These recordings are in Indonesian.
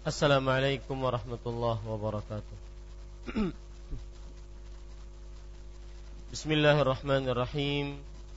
Assalamualaikum warahmatullahi wabarakatuh. Bismillahirrahmanirrahim.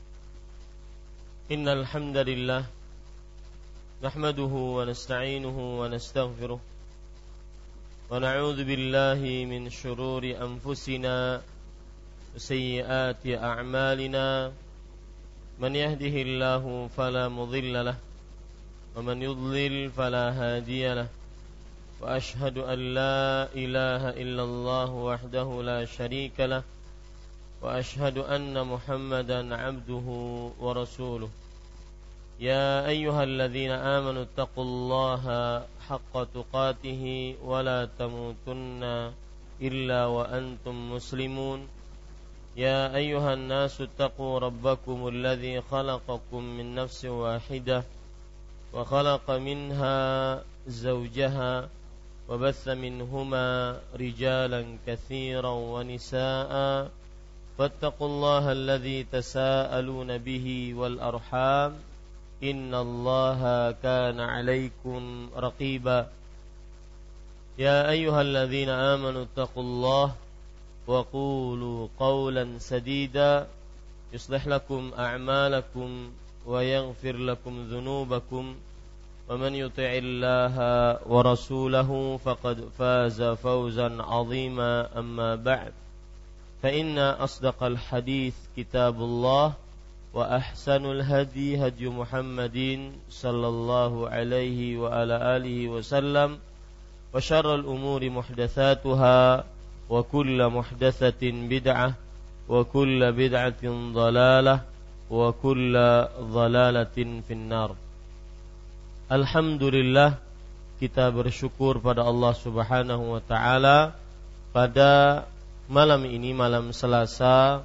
Innal hamdalillah nahmaduhu wa nasta'inuhu wa nastaghfiruh wa na'udzu billahi min shururi anfusina wa sayyiati a'malina. Man yahdihillahu fala mudilla lahu wa man yudlil fala hadiya lahu. وأشهد أن لا إله إلا الله وحده لا شريك له وأشهد أن محمدا عبده ورسوله. يا أيها الذين آمنوا اتقوا الله حق تقاته ولا تموتن إلا وأنتم مسلمون. يا أيها الناس اتقوا ربكم الذي خلقكم من نفس واحدة وخلق منها زوجها وبث منهما رجالا كثيرا ونساء فاتقوا الله الذي تساءلون به والأرحام إن الله كان عليكم رقيبا. يا أيها الذين آمنوا اتقوا الله وقولوا قولا سديدا يصلح لكم أعمالكم ويغفر لكم ذنوبكم ومن يطع الله ورسوله فقد فاز فوزا عظيما. أما بعد فإن أصدق الحديث كتاب الله وأحسن الهدي هدي محمد صلى الله عليه وعلى آله وسلم وشر الأمور محدثاتها وكل محدثة بدعة وكل بدعة ضلالة وكل ضلالة في النار. Alhamdulillah, kita bersyukur pada Allah Subhanahu wa taala pada malam ini, malam Selasa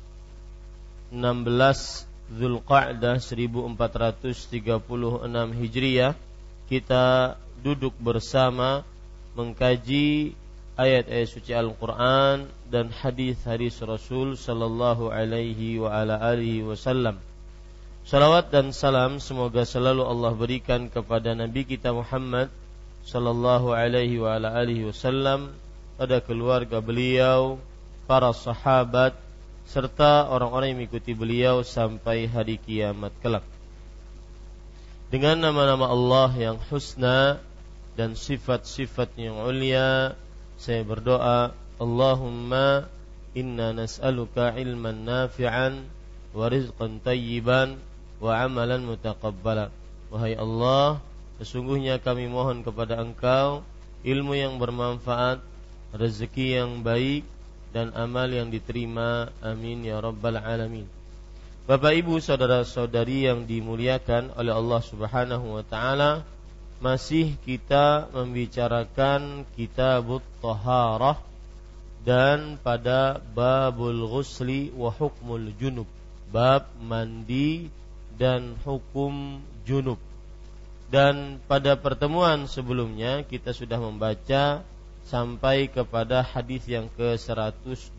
16 Zulqa'dah 1436 Hijriah, kita duduk bersama mengkaji ayat-ayat suci Al-Qur'an dan hadis-hadis Rasul sallallahu alaihi wa ala alihi wasallam. Salawat dan salam semoga selalu Allah berikan kepada Nabi kita Muhammad sallallahu alaihi wa ala alihi wasallam, pada keluarga beliau, para sahabat, serta orang-orang yang mengikuti beliau sampai hari kiamat kelak. Dengan nama-nama Allah yang husna dan sifat-sifat yang ulia, saya berdoa, Allahumma inna nas'aluka ilman nafi'an wa rizqan tayyiban wa amalan mutaqabbala. Wahai Allah, sesungguhnya kami mohon kepada Engkau ilmu yang bermanfaat, rezeki yang baik, dan amal yang diterima. Amin ya rabbal alamin. Bapak Ibu, saudara-saudari yang dimuliakan oleh Allah Subhanahu wa taala, masih kita membicarakan kitabut taharah dan pada babul ghusli wa hukmul junub, bab mandi dan hukum junub. Dan pada pertemuan sebelumnya kita sudah membaca sampai kepada hadis yang ke-126.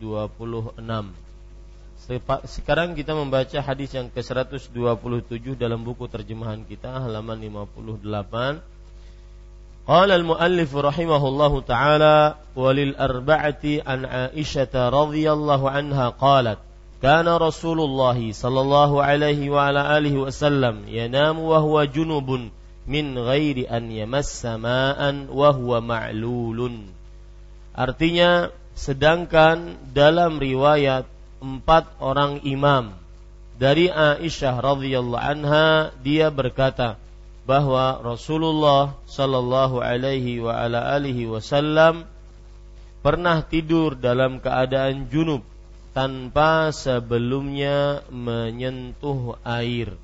Sekarang kita membaca hadis yang ke-127 dalam buku terjemahan kita, halaman 58. Qala al-muallif rahimahullahu ta'ala, walil arba'ati an Aisyah radhiyallahu anha qalat, kana Rasulullah sallallahu alaihi wa ala alihi wasallam yanamu wa huwa junubun min ghairi an yamassa ma'an wa huwa ma'lulun. Artinya, sedangkan dalam riwayat 4 orang imam dari Aisyah radhiyallahu anha, dia berkata bahwa Rasulullah sallallahu alaihi wa ala alihi wasallam pernah tidur dalam keadaan junub tanpa sebelumnya menyentuh air,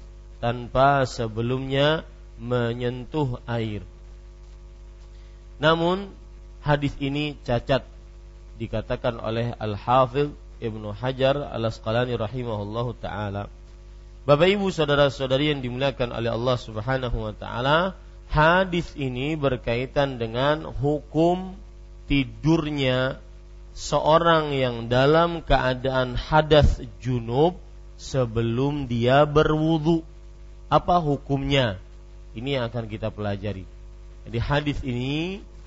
Namun hadis ini cacat, dikatakan oleh Al-Hafidz Ibnu Hajar Al-Asqalani rahimahullahu taala. Bapak Ibu, saudara-saudari yang dimuliakan oleh Allah Subhanahu wa taala, hadis ini berkaitan dengan hukum tidurnya seorang yang dalam keadaan hadas junub sebelum dia berwudu. Apa hukumnya? Ini yang akan kita pelajari. Jadi hadis ini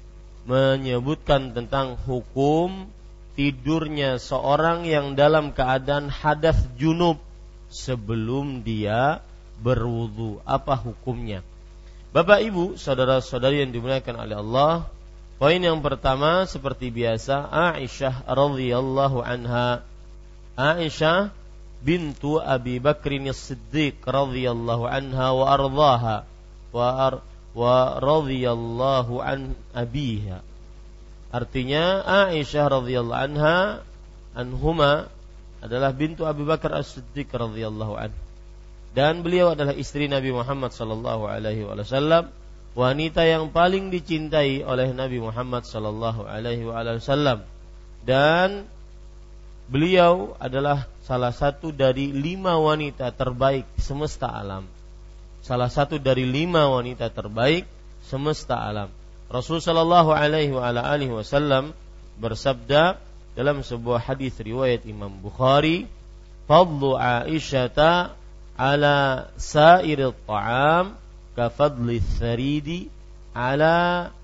menyebutkan tentang hukum tidurnya seorang yang dalam keadaan hadas junub sebelum dia berwudu. Apa hukumnya? Bapak Ibu, saudara-saudari yang dimuliakan oleh Allah, poin yang pertama seperti biasa, Aisyah radhiyallahu anha. Aisyah bintu Abi Bakrin As-Siddiq radhiyallahu anha wa ardhaha wa radhiyallahu an abiha. Artinya Aisyah radhiyallahu anhuma adalah bintu Abi Bakar As-Siddiq radhiyallahu anhu, dan beliau adalah istri Nabi Muhammad sallallahu alaihi wasallam, wanita yang paling dicintai oleh Nabi Muhammad sallallahu alaihi wasallam, dan beliau adalah salah satu dari 5 wanita terbaik semesta alam. Salah satu dari 5 wanita terbaik semesta alam. Rasul sallallahu alaihi wasallam bersabda dalam sebuah hadis riwayat Imam Bukhari, "Fadlu Aisyata ala sa'iril ta'am ka fadli tsaridi ala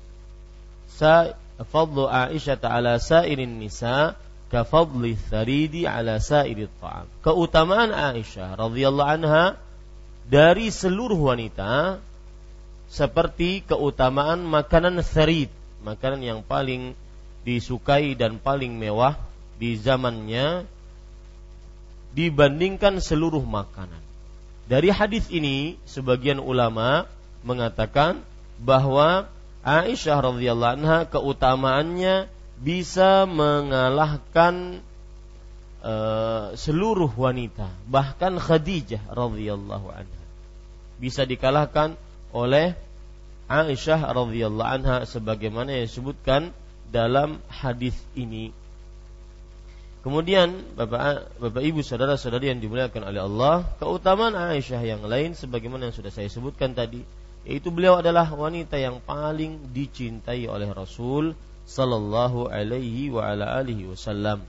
fadlu Aisyata ala sa'irin nisa ka fadli tsaridi ala sa'irit ta'am." Keutamaan Aisyah radhiyallahu anha dari seluruh wanita seperti keutamaan makanan tsarid, makanan yang paling disukai dan paling mewah di zamannya dibandingkan seluruh makanan. Dari hadis ini sebagian ulama mengatakan bahwa Aisyah radhiyallahu anha keutamaannya bisa mengalahkan seluruh wanita, bahkan Khadijah radhiyallahu anha bisa dikalahkan oleh Aisyah radhiyallahu anha sebagaimana yang disebutkan dalam hadis ini. Kemudian Bapak Ibu saudara-saudari yang dimuliakan oleh Allah, keutamaan Aisyah yang lain sebagaimana yang sudah saya sebutkan tadi, yaitu beliau adalah wanita yang paling dicintai oleh Rasul sallallahu alaihi wa ala alihi wasallam.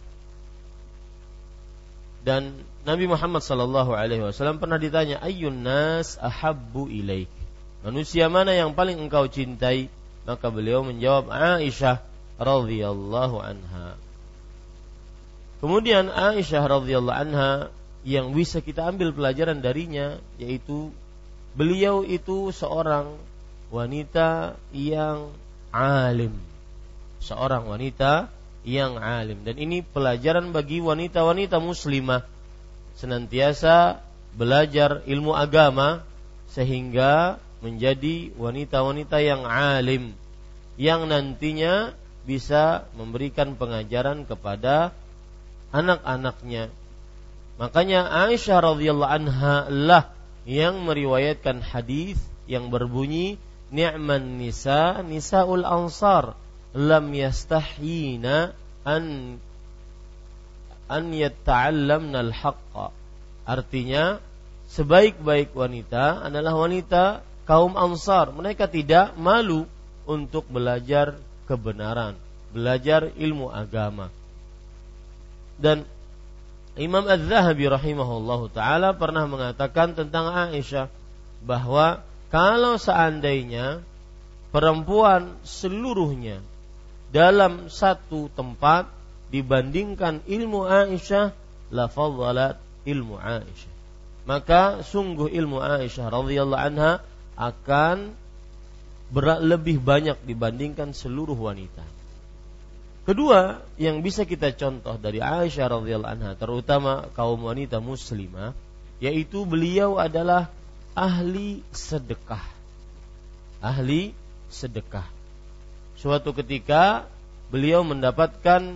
Dan Nabi Muhammad sallallahu alaihi wasallam pernah ditanya, ayyun nas ahabbu ilaik, manusia mana yang paling engkau cintai? Maka beliau menjawab, Aisyah radhiyallahu anha. Kemudian Aisyah radhiyallahu anha yang bisa kita ambil pelajaran darinya, yaitu beliau itu seorang wanita yang alim, seorang wanita yang alim. Dan ini pelajaran bagi wanita-wanita muslimah, senantiasa belajar ilmu agama sehingga menjadi wanita-wanita yang alim, yang nantinya bisa memberikan pengajaran kepada anak-anaknya. Makanya Aisyah radhiyallahu anha lah yang meriwayatkan hadis yang berbunyi, ni'man nisa nisaul ansar lam yastahyina an yatta'allamna al-haqqa. Artinya, sebaik-baik wanita adalah wanita kaum Ansar. Mereka tidak malu untuk belajar kebenaran, belajar ilmu agama. Dan Imam Az-Zahabi rahimahullahu ta'ala pernah mengatakan tentang Aisyah bahwa kalau seandainya perempuan seluruhnya dalam satu tempat dibandingkan ilmu Aisyah, la fadhalat ilmu Aisyah, maka sungguh ilmu Aisyah radhiyallahu anha akan lebih banyak dibandingkan seluruh wanita. Kedua yang bisa kita contoh dari Aisyah radhiyallahu anha, terutama kaum wanita muslimah, yaitu beliau adalah ahli sedekah. Ahli sedekah. Suatu ketika beliau mendapatkan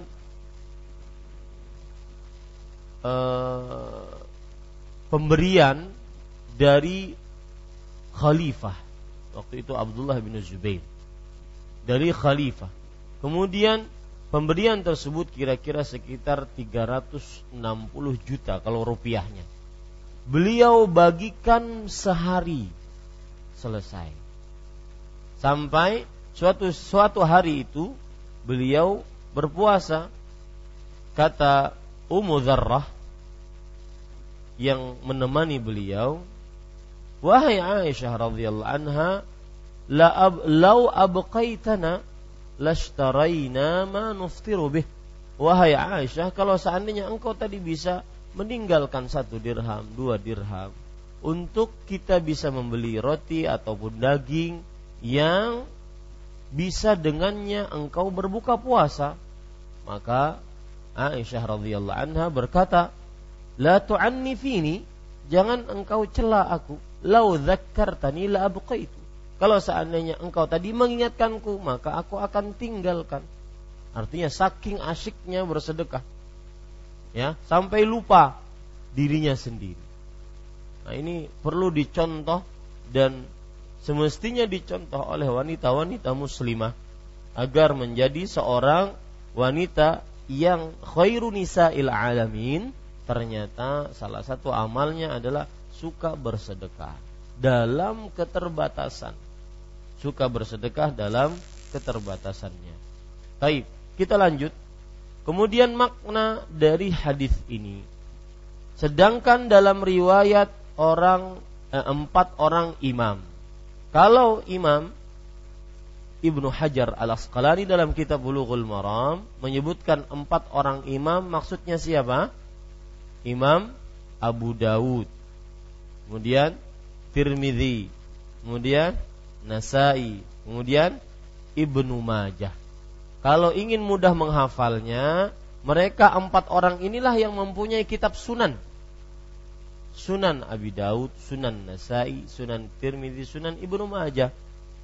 pemberian dari khalifah, waktu itu Abdullah bin Zubair, dari khalifah. Kemudian pemberian tersebut kira-kira sekitar 360 juta kalau rupiahnya. Beliau bagikan sehari selesai. Sampai suatu hari itu beliau berpuasa. Kata Ummu Dzarrah yang menemani beliau, wahai Aisyah radhiyallahu anha, law abqaitana lashtaraina ma nuftiru bih. Wahai Aisyah, kalau seandainya engkau tadi bisa meninggalkan 1 dirham, 2 dirham untuk kita bisa membeli roti ataupun daging yang bisa dengannya engkau berbuka puasa, maka Aisyah radhiyallahu anha berkata, la tu'anni fini, jangan engkau cela aku, lau dzakkartani la abqaitu, kalau seandainya engkau tadi mengingatkanku maka aku akan tinggalkan. Artinya saking asyiknya bersedekah, ya, sampai lupa dirinya sendiri. Nah, ini perlu dicontoh dan semestinya dicontoh oleh wanita-wanita muslimah agar menjadi seorang wanita yang khairu nisa'il alamin. Ternyata salah satu amalnya adalah suka bersedekah dalam keterbatasan. Suka bersedekah dalam keterbatasannya. Baik, kita lanjut. Kemudian makna dari hadis ini. Sedangkan dalam riwayat 4 orang imam. Kalau Imam Ibnu Hajar Al-Asqalani dalam kitab Bulughul Maram menyebutkan 4 orang imam, maksudnya siapa? Imam Abu Dawud, kemudian Tirmidzi, kemudian Nasai, kemudian Ibnu Majah. Kalau ingin mudah menghafalnya, mereka 4 orang inilah yang mempunyai kitab sunan. Sunan Abi Daud, Sunan Nasai, Sunan Tirmidzi, Sunan Ibnu Majah.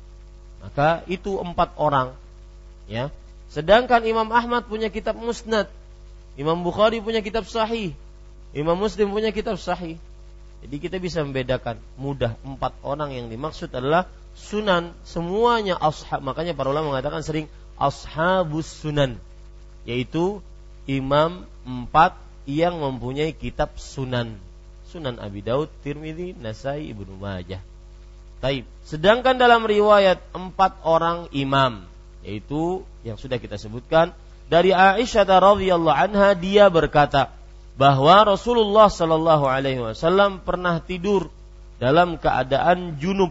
Maka itu 4 orang, ya. Sedangkan Imam Ahmad punya kitab Musnad, Imam Bukhari punya kitab Sahih, Imam Muslim punya kitab Sahih. Jadi kita bisa membedakan mudah 4 orang yang dimaksud adalah sunan, semuanya ashab. Makanya para ulama mengatakan sering ashabus sunan, yaitu imam 4 yang mempunyai kitab sunan. Sunan Abi Daud, Tirmidzi, Nasai, Ibnu Majah. Taib. Sedangkan dalam riwayat 4 orang imam, yaitu yang sudah kita sebutkan dari Aisyah radhiyallahu anha, dia berkata bahwa Rasulullah sallallahu alaihi wasallam pernah tidur dalam keadaan junub.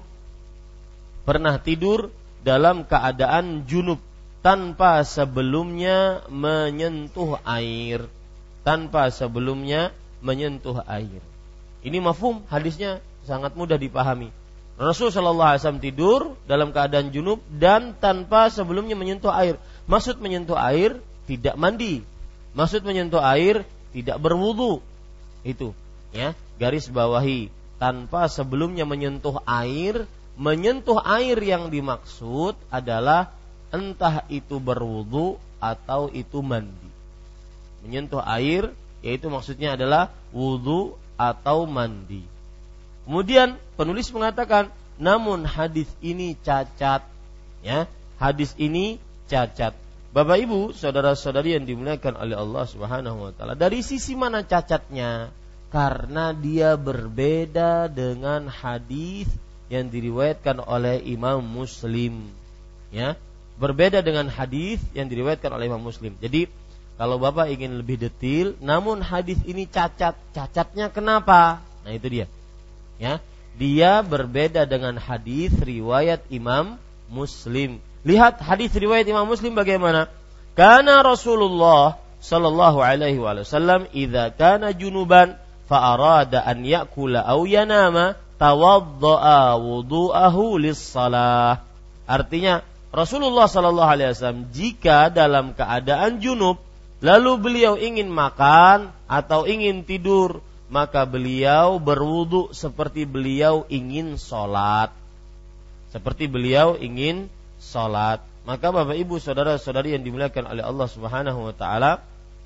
Pernah tidur dalam keadaan junub tanpa sebelumnya menyentuh air. Tanpa sebelumnya menyentuh air. Ini mafhum, hadisnya sangat mudah dipahami. Rasul sallallahu alaihi wasallam tidur dalam keadaan junub dan tanpa sebelumnya menyentuh air. Maksud menyentuh air tidak mandi. Maksud menyentuh air tidak berwudu. Itu, ya, garis bawahi. Tanpa sebelumnya menyentuh air. Menyentuh air yang dimaksud adalah entah itu berwudu atau itu mandi. Menyentuh air yaitu maksudnya adalah wudu atau mandi. Kemudian penulis mengatakan, namun hadis ini cacat, ya, hadis ini cacat. Bapak Ibu, saudara-saudari yang dimuliakan oleh Allah Subhanahu wa taala, dari sisi mana cacatnya? Karena dia berbeda dengan hadis yang diriwayatkan oleh Imam Muslim, ya. Berbeda dengan hadis yang diriwayatkan oleh Imam Muslim. Jadi kalau Bapak ingin lebih detail, namun hadis ini cacat. Cacatnya kenapa? Nah, itu dia. Ya, dia berbeda dengan hadis riwayat Imam Muslim. Lihat hadis riwayat Imam Muslim bagaimana? Kana Rasulullah sallallahu alaihi wasallam idza kana junuban fa arada an ya'kula aw yanama tawaddaa wudu'ahu lis-shalah. Artinya Rasulullah sallallahu alaihi wasallam jika dalam keadaan junub lalu beliau ingin makan atau ingin tidur, maka beliau berwudu seperti beliau ingin sholat. Seperti beliau ingin sholat. Maka Bapak Ibu saudara-saudari yang dimuliakan oleh Allah Subhanahu wa taala,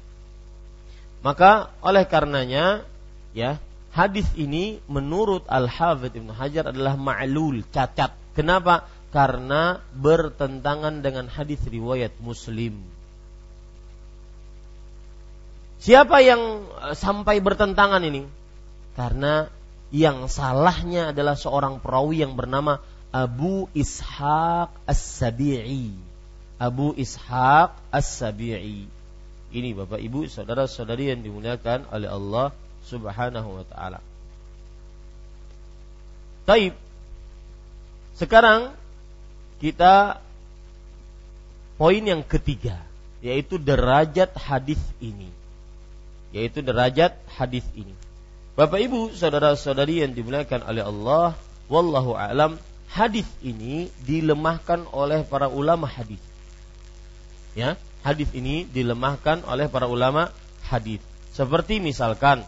maka oleh karenanya, ya, hadis ini menurut Al-Hafidz Ibnu Hajar adalah ma'lul, cacat. Kenapa? Karena bertentangan dengan hadis riwayat Muslim. Siapa yang sampai bertentangan ini? Karena yang salahnya adalah seorang perawi yang bernama Abu Ishaq As-Sabi'i. Abu Ishaq As-Sabi'i. Ini Bapak Ibu saudara-saudari yang dimuliakan oleh Allah Subhanahu wa taala. Baik. Sekarang kita poin yang ketiga, yaitu derajat hadis ini. Bapak Ibu, saudara-saudari yang dimuliakan oleh Allah, wallahu a'lam, hadis ini dilemahkan oleh para ulama hadis. Ya, hadis ini dilemahkan oleh para ulama hadis. Seperti misalkan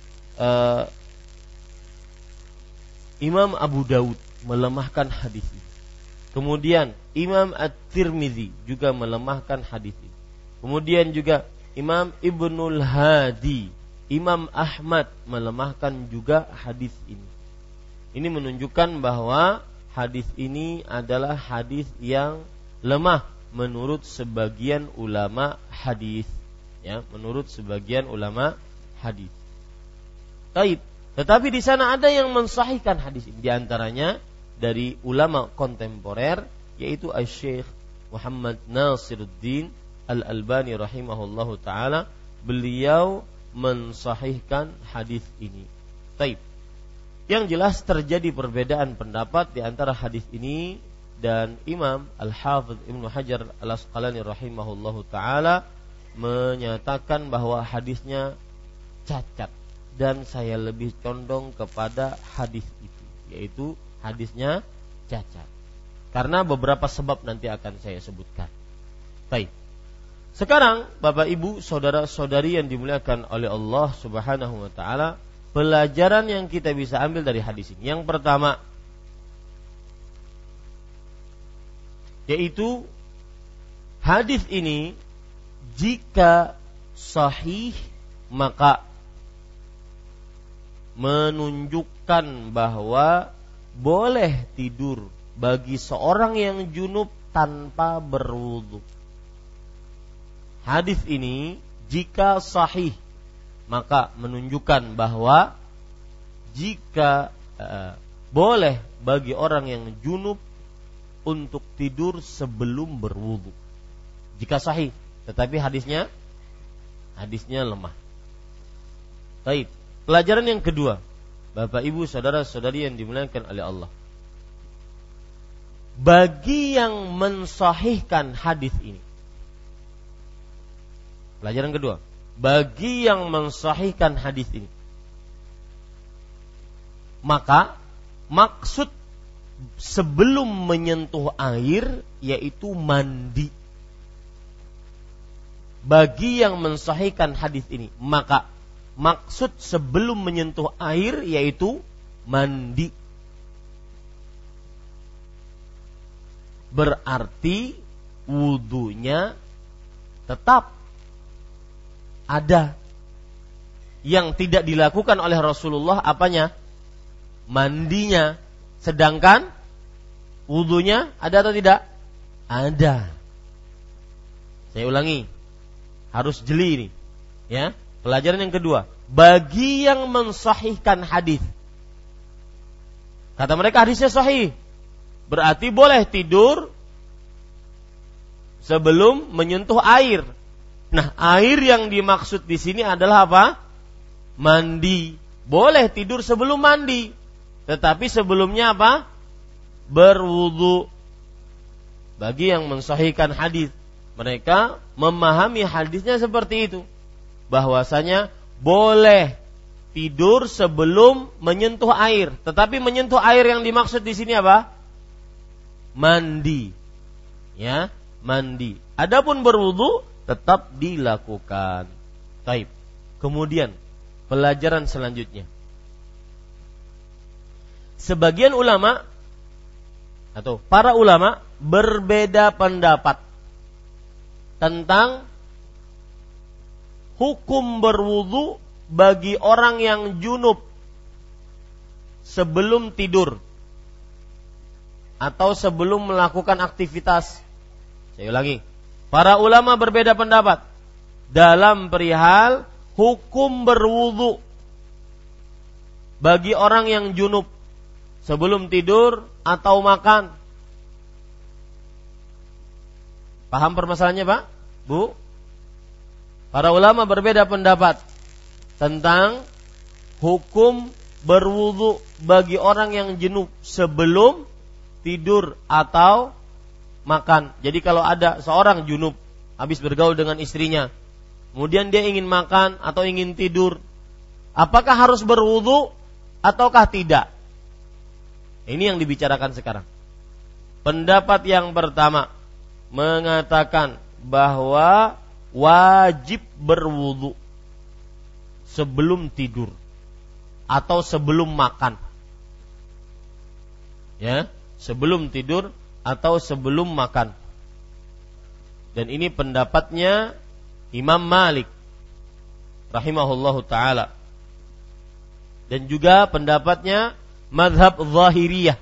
Imam Abu Daud melemahkan hadis ini. Kemudian Imam At-Tirmidzi juga melemahkan hadis ini. Kemudian juga Imam Ibnul Hadi, Imam Ahmad melemahkan juga hadis ini. Ini menunjukkan bahwa hadis ini adalah hadis yang lemah menurut sebagian ulama hadis. Ya, menurut sebagian ulama hadis. Baik, tetapi di sana ada yang mensahihkan hadis ini. Di antaranya dari ulama kontemporer, yaitu Syekh Muhammad Nasiruddin Al-Albani rahimahullahu taala. Beliau mensahihkan hadis ini. Baik. Yang jelas terjadi perbedaan pendapat di antara hadis ini dan Imam Al-Hafidz Ibnu Hajar Al-Asqalani rahimahullahu taala menyatakan bahwa hadisnya cacat, dan saya lebih condong kepada hadis itu, yaitu hadisnya cacat, karena beberapa sebab nanti akan saya sebutkan. Baik. Sekarang Bapak Ibu, saudara-saudari yang dimuliakan oleh Allah Subhanahu wa taala, pelajaran yang kita bisa ambil dari hadis ini. Yang pertama, yaitu hadis ini jika sahih maka menunjukkan bahwa boleh tidur bagi seorang yang junub tanpa berwudu. Hadis ini jika sahih maka menunjukkan bahwa jika boleh bagi orang yang junub untuk tidur sebelum berwudu. Jika sahih, tetapi hadisnya lemah. Baik, pelajaran yang kedua, Bapak Ibu saudara-saudari yang dimuliakan oleh Allah. Bagi yang mensahihkan hadis ini. Pelajaran kedua, bagi yang mensahihkan hadis ini, maka maksud sebelum menyentuh air yaitu mandi. Bagi yang mensahihkan hadis ini, maka maksud sebelum menyentuh air yaitu mandi. Berarti wudunya tetap ada. Yang tidak dilakukan oleh Rasulullah apanya? Mandinya. Sedangkan wudunya ada atau tidak? Ada. Saya ulangi, harus jeli ini. Ya, pelajaran yang kedua, bagi yang mensahihkan hadis, kata mereka hadisnya sahih, berarti boleh tidur sebelum menyentuh air. Nah, air yang dimaksud di sini adalah apa? Mandi. Boleh tidur sebelum mandi, tetapi sebelumnya apa? Berwudu. Bagi yang mensahihkan hadis, mereka memahami hadisnya seperti itu, bahwasanya boleh tidur sebelum menyentuh air, tetapi menyentuh air yang dimaksud di sini apa? Mandi. Ya, mandi. Adapun berwudu tetap dilakukan. Baik. Kemudian pelajaran selanjutnya. Sebagian ulama atau para ulama berbeda pendapat tentang hukum berwudu bagi orang yang junub sebelum tidur atau sebelum melakukan aktivitas. Saya ulangi, para ulama berbeda pendapat dalam perihal hukum berwudu bagi orang yang junub sebelum tidur atau makan. Paham permasalahannya, Pak? Bu? Para ulama berbeda pendapat tentang hukum berwudu bagi orang yang junub sebelum tidur atau makan. Jadi kalau ada seorang junub habis bergaul dengan istrinya, kemudian dia ingin makan atau ingin tidur, apakah harus berwudu ataukah tidak? Ini yang dibicarakan sekarang. Pendapat yang pertama mengatakan bahwa wajib berwudu sebelum tidur atau sebelum makan. Ya, sebelum tidur atau sebelum makan. Dan ini pendapatnya Imam Malik rahimahullahu taala. Dan juga pendapatnya mazhab Zahiriyah.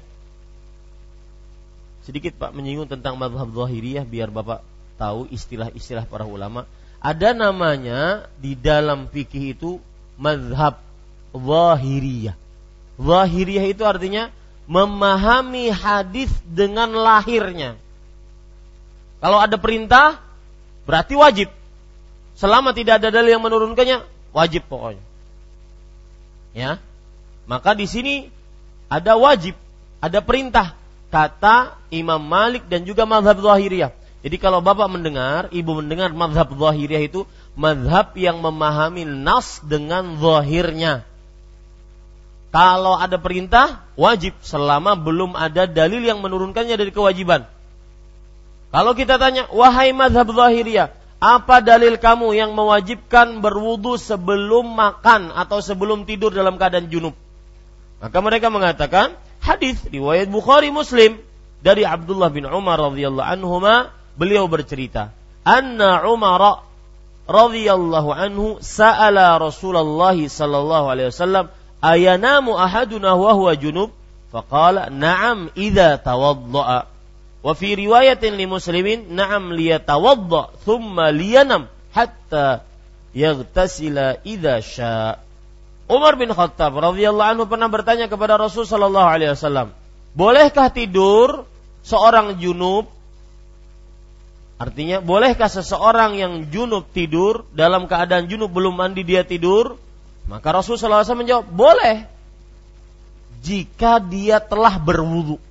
Sedikit Pak menyinggung tentang mazhab Zahiriyah biar Bapak tahu istilah-istilah para ulama. Ada namanya di dalam fikih itu mazhab Zahiriyah. Zahiriyah itu artinya memahami hadis dengan lahirnya. Kalau ada perintah berarti wajib. Selama tidak ada dalil yang menurunkannya, wajib pokoknya. Ya. Maka di sini ada wajib, ada perintah, kata Imam Malik dan juga mazhab Zahiriyah. Jadi kalau Bapak mendengar, Ibu mendengar mazhab Zahiriyah itu mazhab yang memahami nas dengan zahirnya. Kalau ada perintah, wajib selama belum ada dalil yang menurunkannya dari kewajiban. Kalau kita tanya, wahai mazhab Zahiriyah, apa dalil kamu yang mewajibkan berwudu sebelum makan atau sebelum tidur dalam keadaan junub? Maka mereka mengatakan, hadis riwayat Bukhari Muslim dari Abdullah bin Umar radhiyallahu anhuma, beliau bercerita, anna Umar radhiyallahu anhu sa'ala Rasulullah sallallahu alaihi wasallam ayanamu ahaduna wa huwa junub? Faqala na'am idza tawadda'a. Wa fi riwayatin li Muslimin na'am liyatawadda thumma liyanam hatta yaghtasila idza syaa. Umar bin Khattab radhiyallahu anhu pernah bertanya kepada Rasul sallallahu alaihi wasallam, bolehkah tidur seorang junub? Artinya, bolehkah seseorang yang junub tidur dalam keadaan junub belum mandi dia tidur? Maka Rasulullah SAW menjawab, boleh jika dia telah berwudu.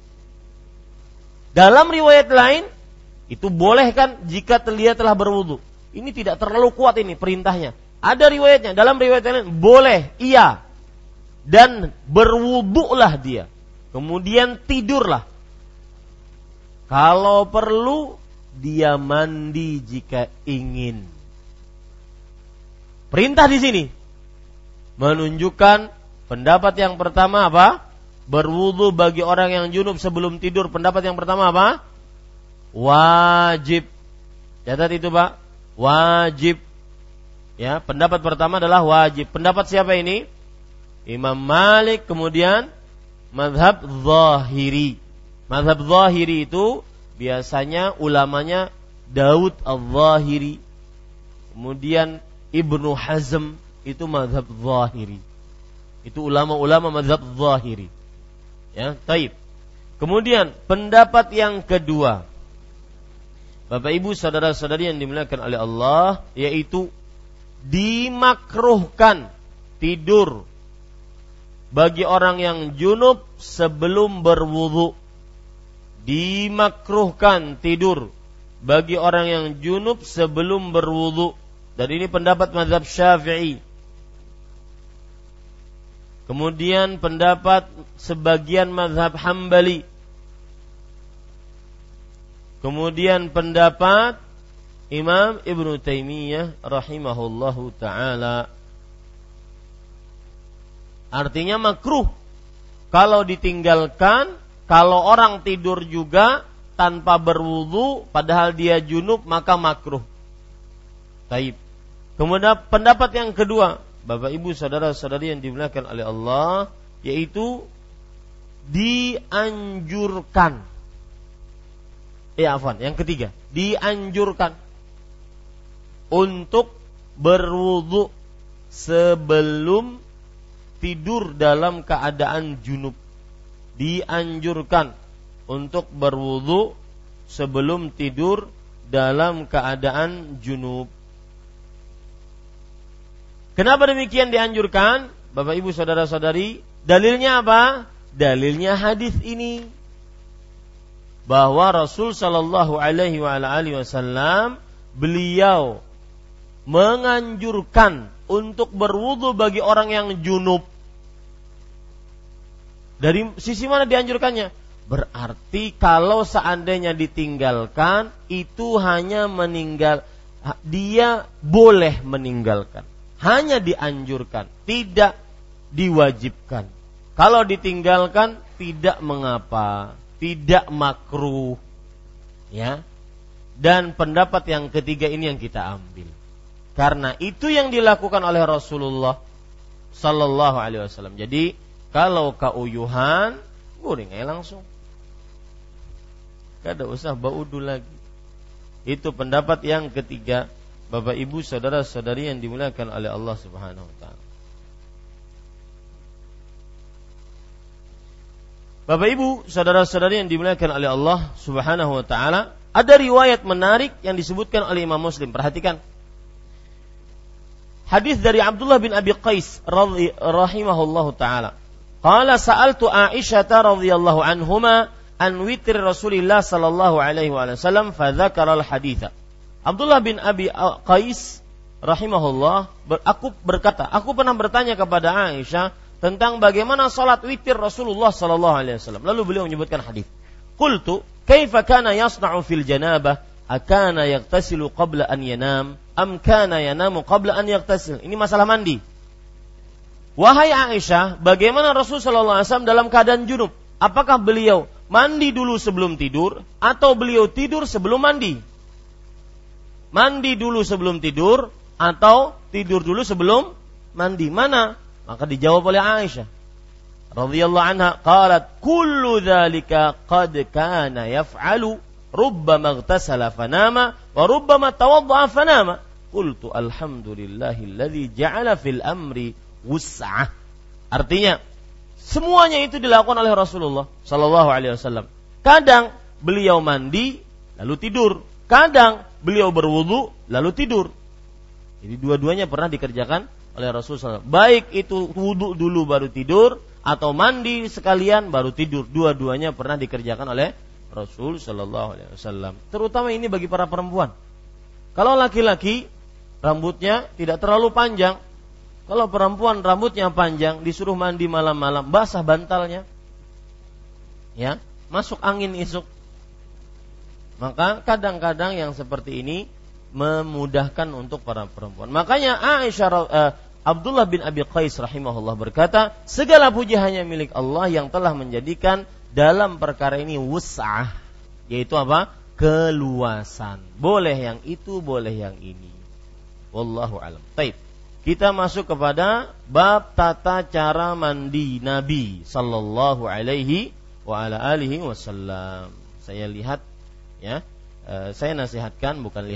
Dalam riwayat lain, itu boleh kan jika dia telah berwudu. Ini tidak terlalu kuat ini perintahnya. Ada riwayatnya, dalam riwayat lain, boleh, iya. Dan berwudulah dia. Kemudian tidurlah. Kalau perlu, dia mandi jika ingin. Perintah di sini menunjukkan pendapat yang pertama apa? Berwudu bagi orang yang junub sebelum tidur. Pendapat yang pertama apa? Wajib. Catat itu Pak. Wajib. Ya, pendapat pertama adalah wajib. Pendapat siapa ini? Imam Malik, kemudian mazhab Zahiri. Mazhab Zahiri itu biasanya ulamanya Daud al-Zahiri. Kemudian Ibnu Hazm, itu mazhab Zahiri. Itu ulama-ulama mazhab Zahiri. Ya, taib. Kemudian pendapat yang kedua, Bapak Ibu saudara-saudari yang dimuliakan oleh Allah, yaitu dimakruhkan tidur bagi orang yang junub sebelum berwudu. Dimakruhkan tidur bagi orang yang junub sebelum berwudu. Dan ini pendapat mazhab Syafi'i. Kemudian pendapat sebagian mazhab Hambali. Kemudian pendapat Imam Ibnu Taimiyah rahimahullahu ta'ala. Artinya makruh kalau ditinggalkan, kalau orang tidur juga tanpa berwudu padahal dia junub, maka makruh. Taib. Kemudian pendapat yang kedua, Bapak Ibu saudara-saudari yang dimuliakan oleh Allah, yaitu dianjurkan. Yang ketiga, dianjurkan untuk berwudu sebelum tidur dalam keadaan junub. Dianjurkan untuk berwudu sebelum tidur dalam keadaan junub. Kenapa demikian dianjurkan? Bapak Ibu saudara-saudari, dalilnya apa? Dalilnya hadis ini. Dalilnya hadis ini. bahwa Rasul sallallahu alaihi wasallam beliau menganjurkan untuk berwudu bagi orang yang junub. Dari sisi mana dianjurkannya? Berarti kalau seandainya ditinggalkan, itu hanya dia boleh meninggalkan. Hanya dianjurkan, tidak diwajibkan. Kalau ditinggalkan tidak mengapa, tidak makruh. Ya. Dan pendapat yang ketiga ini yang kita ambil. Karena itu yang dilakukan oleh Rasulullah sallallahu alaihi wasallam. Jadi kalau kauyuhan, guring aja langsung. Kada usah baudu lagi. Itu pendapat yang ketiga, Bapak Ibu saudara-saudari yang dimuliakan oleh Allah Subhanahu wa taala. Bapak Ibu saudara-saudari yang dimuliakan oleh Allah Subhanahu wa taala, ada riwayat menarik yang disebutkan oleh Imam Muslim. Perhatikan. Hadis dari Abdullah bin Abi Qais rahimahullahu taala. Qala sa'altu Aisyah radhiyallahu anhuma an witr Rasulillah sallallahu alaihi wasallam fa dzakara al-haditsa. Abdullah bin Abi Qais rahimahullah aku pernah bertanya kepada Aisyah tentang bagaimana salat witir Rasulullah sallallahu alaihi wasallam. Lalu beliau menyebutkan hadis. Qultu, "Kaifa kana yasna'u fil janabah? Akana yaghtasilu qabla an yanam am kana yanamu qabla an yaghtasil?" Ini masalah mandi. Wahai Aisyah, bagaimana Rasul sallallahu alaihi wasallam dalam keadaan junub? Apakah beliau mandi dulu sebelum tidur atau beliau tidur sebelum mandi? Mandi dulu sebelum tidur atau tidur dulu sebelum mandi? Mana? Maka dijawab oleh Aisyah radhiyallahu anha, qalat kullu dzalika qad kana yaf'alu rubbama ightasala fanama wa rubbama tawadda'a fanama. Qultu alhamdulillahilladzi ja'ala fil amri wus'ah. Artinya semuanya itu dilakukan oleh Rasulullah sallallahu alaihi wasallam. Kadang beliau mandi lalu tidur, kadang beliau berwudu lalu tidur. Jadi dua-duanya pernah dikerjakan oleh Rasulullah. Baik itu wudu dulu baru tidur atau mandi sekalian baru tidur, dua-duanya pernah dikerjakan oleh Rasul sallallahu alaihi wasallam. Terutama ini bagi para perempuan. Kalau laki-laki rambutnya tidak terlalu panjang, kalau perempuan rambutnya panjang disuruh mandi malam-malam, basah bantalnya. Ya, masuk angin isuk. Maka kadang-kadang yang seperti ini memudahkan untuk para perempuan. Makanya Abdullah bin Abi Qais rahimahullah berkata, segala puji hanya milik Allah yang telah menjadikan dalam perkara ini wus'ah, yaitu apa? Keluasan. Boleh yang itu, boleh yang ini. Wallahu a'lam. Baik. Kita masuk kepada bab tata cara mandi Nabi sallallahu alaihi wa ala alihi wasallam. Saya lihat ya, saya nasihatkan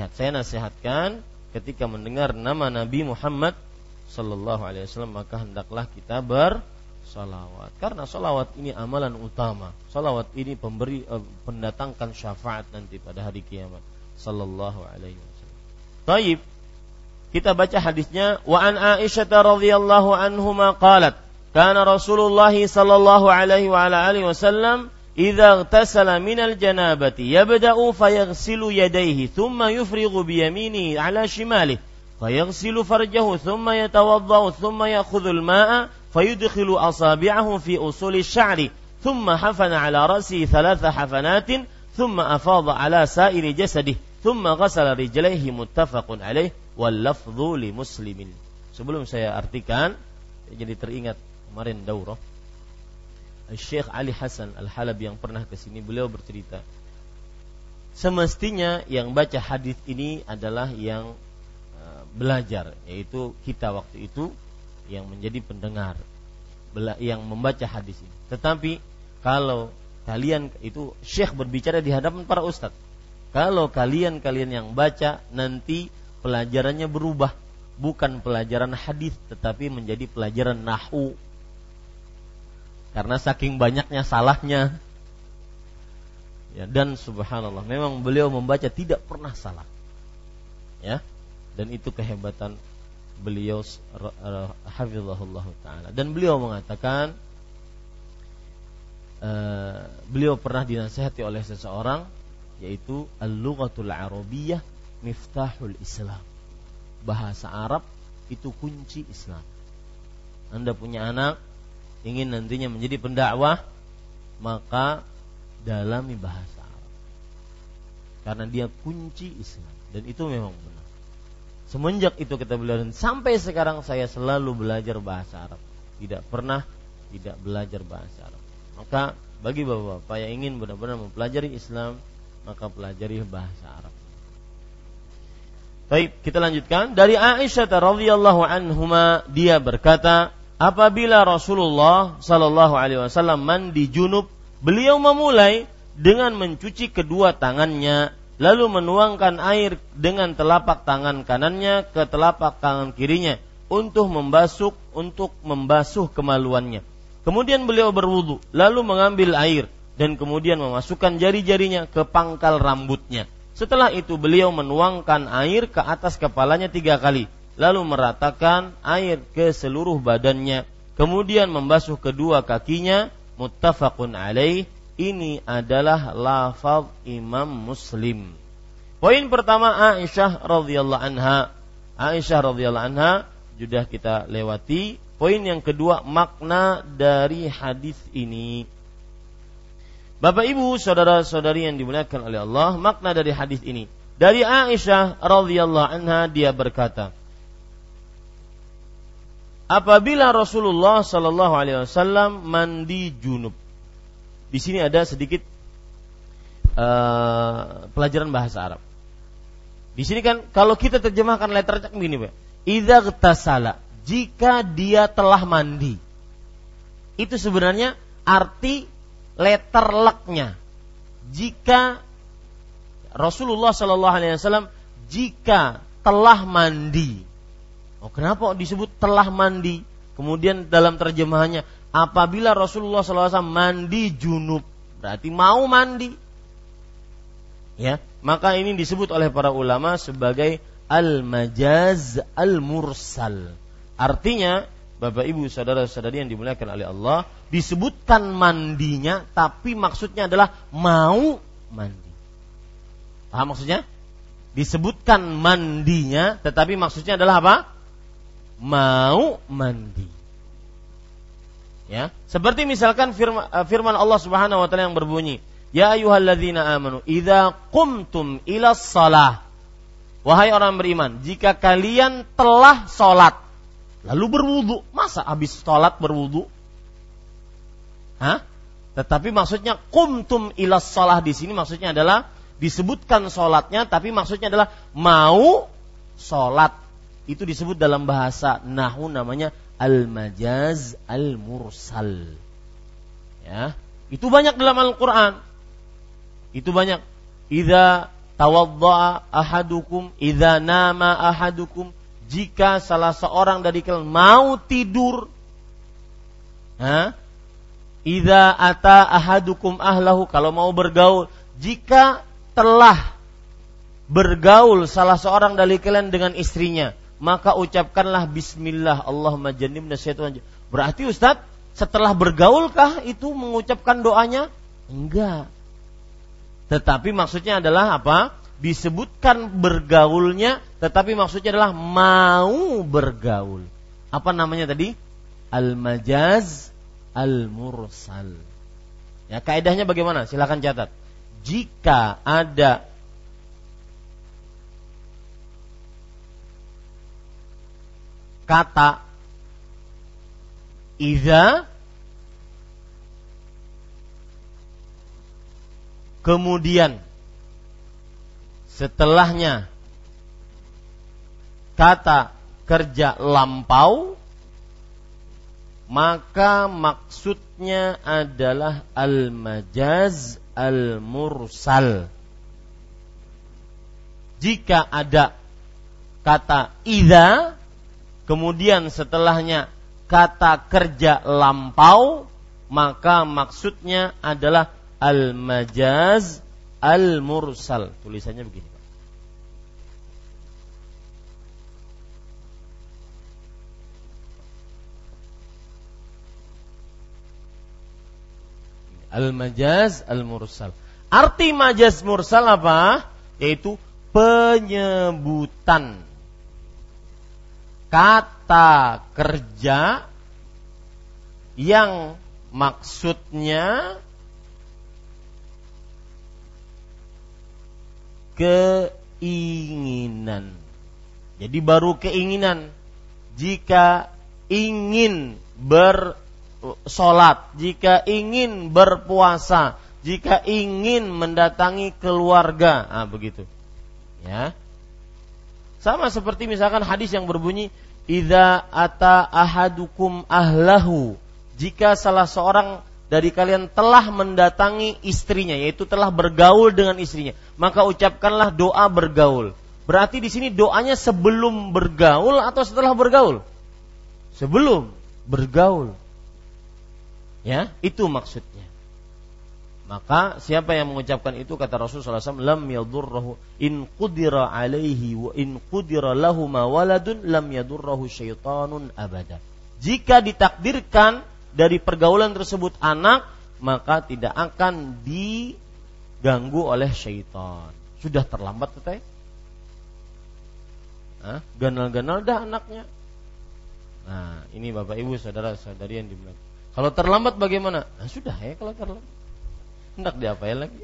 ketika mendengar nama Nabi Muhammad sallallahu alaihi wasallam maka hendaklah kita bersalawat, karena salawat ini amalan utama. Salawat ini pendatangkan syafaat nanti pada hari kiamat. Sallallahu alaihi wasallam. Baik. Kita baca hadisnya. Wa an Aisyah radhiyallahu anhuma qalat kana Rasulullah sallallahu alaihi wa ala alihi wasallam idza ightasala minal janabati yabda'u fayaghsilu yadayhi thumma yufrighu bi yaminihi ala shimalihi fayaghsilu farjahu thumma yatawaddau thumma ya'khudhu al-ma'a fayudkhilu asabi'ahu fi usuli asy-sya'ri thumma hafana ala ra'sihi thalatha hafanatin thumma afadha ala sa'iri jasadihi thumma ghasala rijlaihi muttafaqun alaih wal lafdhu li Muslimin. Sebelum saya artikan, jadi teringat kemarin daurah Syekh Ali Hasan Al-Halabi yang pernah ke sini, beliau bercerita semestinya yang baca hadis ini adalah yang belajar, yaitu kita waktu itu yang menjadi pendengar, yang membaca hadis ini. Tetapi kalau kalian itu Syekh berbicara di hadapan para ustadz, kalau kalian yang baca nanti pelajarannya berubah, bukan pelajaran hadis tetapi menjadi pelajaran nahwu. Karena saking banyaknya salahnya. Ya, dan subhanallah, memang beliau membaca tidak pernah salah. Ya. Dan itu kehebatan beliau hafizahullah taala. Dan beliau mengatakan beliau pernah dinasihati oleh seseorang, yaitu al-lughatul arabiyyah miftahul Islam. Bahasa Arab itu kunci Islam. Anda punya anak ingin nantinya menjadi pendakwah, maka dalami bahasa Arab, karena dia kunci Islam. Dan itu memang benar. Semenjak itu kita belajar, sampai sekarang saya selalu belajar bahasa Arab, tidak pernah tidak belajar bahasa Arab. Maka bagi bapak-bapak yang ingin benar-benar mempelajari Islam, maka pelajari bahasa Arab. Baik, kita lanjutkan. Dari Aisyah radhiyallahu anhuma, dia berkata, apabila Rasulullah sallallahu alaihi wasallam mandi junub, beliau memulai dengan mencuci kedua tangannya, lalu menuangkan air dengan telapak tangan kanannya ke telapak tangan kirinya untuk membasuh kemaluannya. Kemudian beliau berwudu, lalu mengambil air dan kemudian memasukkan jari-jarinya ke pangkal rambutnya. Setelah itu beliau menuangkan air ke atas kepalanya 3 kali, lalu meratakan air ke seluruh badannya, kemudian membasuh kedua kakinya. Muttafaqun alaih. Ini adalah lafaz Imam Muslim. Poin pertama Aisyah radhiyallahu anha. Aisyah radhiyallahu anha sudah kita lewati. Poin yang kedua, makna dari hadis ini. Bapak Ibu, saudara-saudari yang dimuliakan oleh Allah, makna dari hadis ini. Dari Aisyah radhiyallahu anha, dia berkata, apabila Rasulullah sallallahu alaihi wasallam mandi junub. Di sini ada sedikit pelajaran bahasa Arab. Di sini kan kalau kita terjemahkan letternya begini, Pak. Idza ghtasala, jika dia telah mandi. Itu sebenarnya arti letter leknya. Jika Rasulullah sallallahu alaihi wasallam jika telah mandi. Oh, kenapa disebut telah mandi? Kemudian dalam terjemahannya, apabila Rasulullah sallallahu alaihi wasallam mandi junub, berarti mau mandi. Ya, maka ini disebut oleh para ulama sebagai al-majaz al-mursal. Artinya, Bapak Ibu saudara-saudari yang dimuliakan oleh Allah, disebutkan mandinya tapi maksudnya adalah mau mandi. Paham maksudnya? Disebutkan mandinya tetapi maksudnya adalah apa? Mau mandi. Ya, seperti misalkan firman Allah Subhanahu wa taala yang berbunyi, ya ayyuhalladzina amanu idza qumtum ilas shalah. Wahai orang beriman, jika kalian telah salat lalu berwudu, masa habis salat berwudu? Tetapi maksudnya qumtum ilas shalah di sini maksudnya adalah disebutkan salatnya tapi maksudnya adalah mau salat. Itu disebut dalam bahasa nahwu namanya al-majaz al-mursal. Ya, itu banyak dalam Al-Qur'an. Itu banyak. Idza tawaddaa ahadukum, idza nama ahadukum, jika salah seorang dari kalian mau tidur. Idza ata ahadukum ahlahu, kalau mau bergaul, jika telah bergaul salah seorang dari kalian dengan istrinya, maka ucapkanlah bismillah Allahumma jannibna syaitan. Berarti Ustaz, setelah bergaulkah itu mengucapkan doanya? Enggak. Tetapi maksudnya adalah apa? Disebutkan bergaulnya, tetapi maksudnya adalah mau bergaul. Apa namanya tadi? Al-majaz al-mursal. Ya, kaidahnya bagaimana? Silakan catat. Jika ada kata idza, kemudian setelahnya kata kerja lampau, maka maksudnya adalah al-majaz al-mursal. Jika ada kata idza, kemudian setelahnya kata kerja lampau, maka maksudnya adalah al-majaz al-mursal. Tulisannya begini, Pak. Al-majaz al-mursal. Arti majaz mursal apa? Yaitu penyebutan kata kerja yang maksudnya keinginan. Jadi baru keinginan. Jika ingin bersolat, jika ingin berpuasa, jika ingin mendatangi keluarga, begitu. Ya. Sama seperti misalkan hadis yang berbunyi, idza ata ahadukum ahlahu, jika salah seorang dari kalian telah mendatangi istrinya, yaitu telah bergaul dengan istrinya, maka ucapkanlah doa bergaul. Berarti di sini doanya sebelum bergaul atau setelah bergaul? Sebelum bergaul. Ya, itu maksudnya. Maka siapa yang mengucapkan itu, kata Rasulullah SAW, lam yadurrahu in qudira alaihi wa in qudira lahu ma waladun lam yadurrahu syaitanun abada. Jika ditakdirkan dari pergaulan tersebut anak, maka tidak akan diganggu oleh syaitan. Sudah terlambat teteh? Ganal-ganal dah anaknya. Nah, ini Bapak Ibu saudara-saudari yang dimuliakan. Kalau terlambat bagaimana? Sudah ya kalau terlambat. Hendak diapain lagi?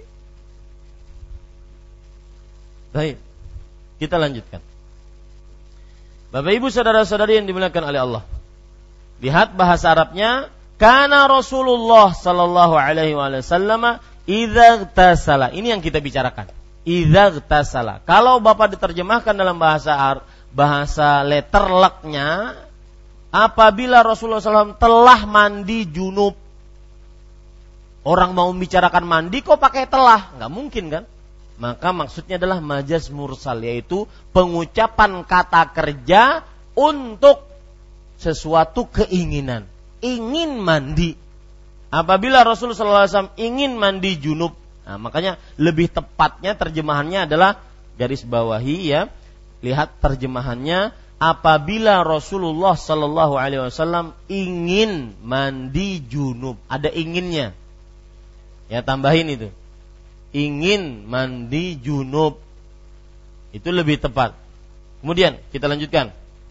Baik, kita lanjutkan. Bapak Ibu saudara-saudari yang dimuliakan oleh Allah, lihat bahasa Arabnya. Kana Rasulullah sallallahu alaihi wasallam idza ightasala. Ini yang kita bicarakan. Idza ightasala. Kalau Bapak diterjemahkan dalam bahasa letterleknya, apabila Rasulullah SAW telah mandi junub. Orang mau membicarakan mandi kok pakai telah? Enggak mungkin kan? Maka maksudnya adalah majaz mursal, yaitu pengucapan kata kerja untuk sesuatu keinginan. Ingin mandi. Apabila Rasulullah SAW ingin mandi junub, makanya lebih tepatnya terjemahannya adalah garis bawahi ya. Lihat terjemahannya, apabila Rasulullah SAW ingin mandi junub, ada inginnya. Ya, tambahin itu. Ingin mandi junub. Itu lebih tepat. Kemudian kita lanjutkan.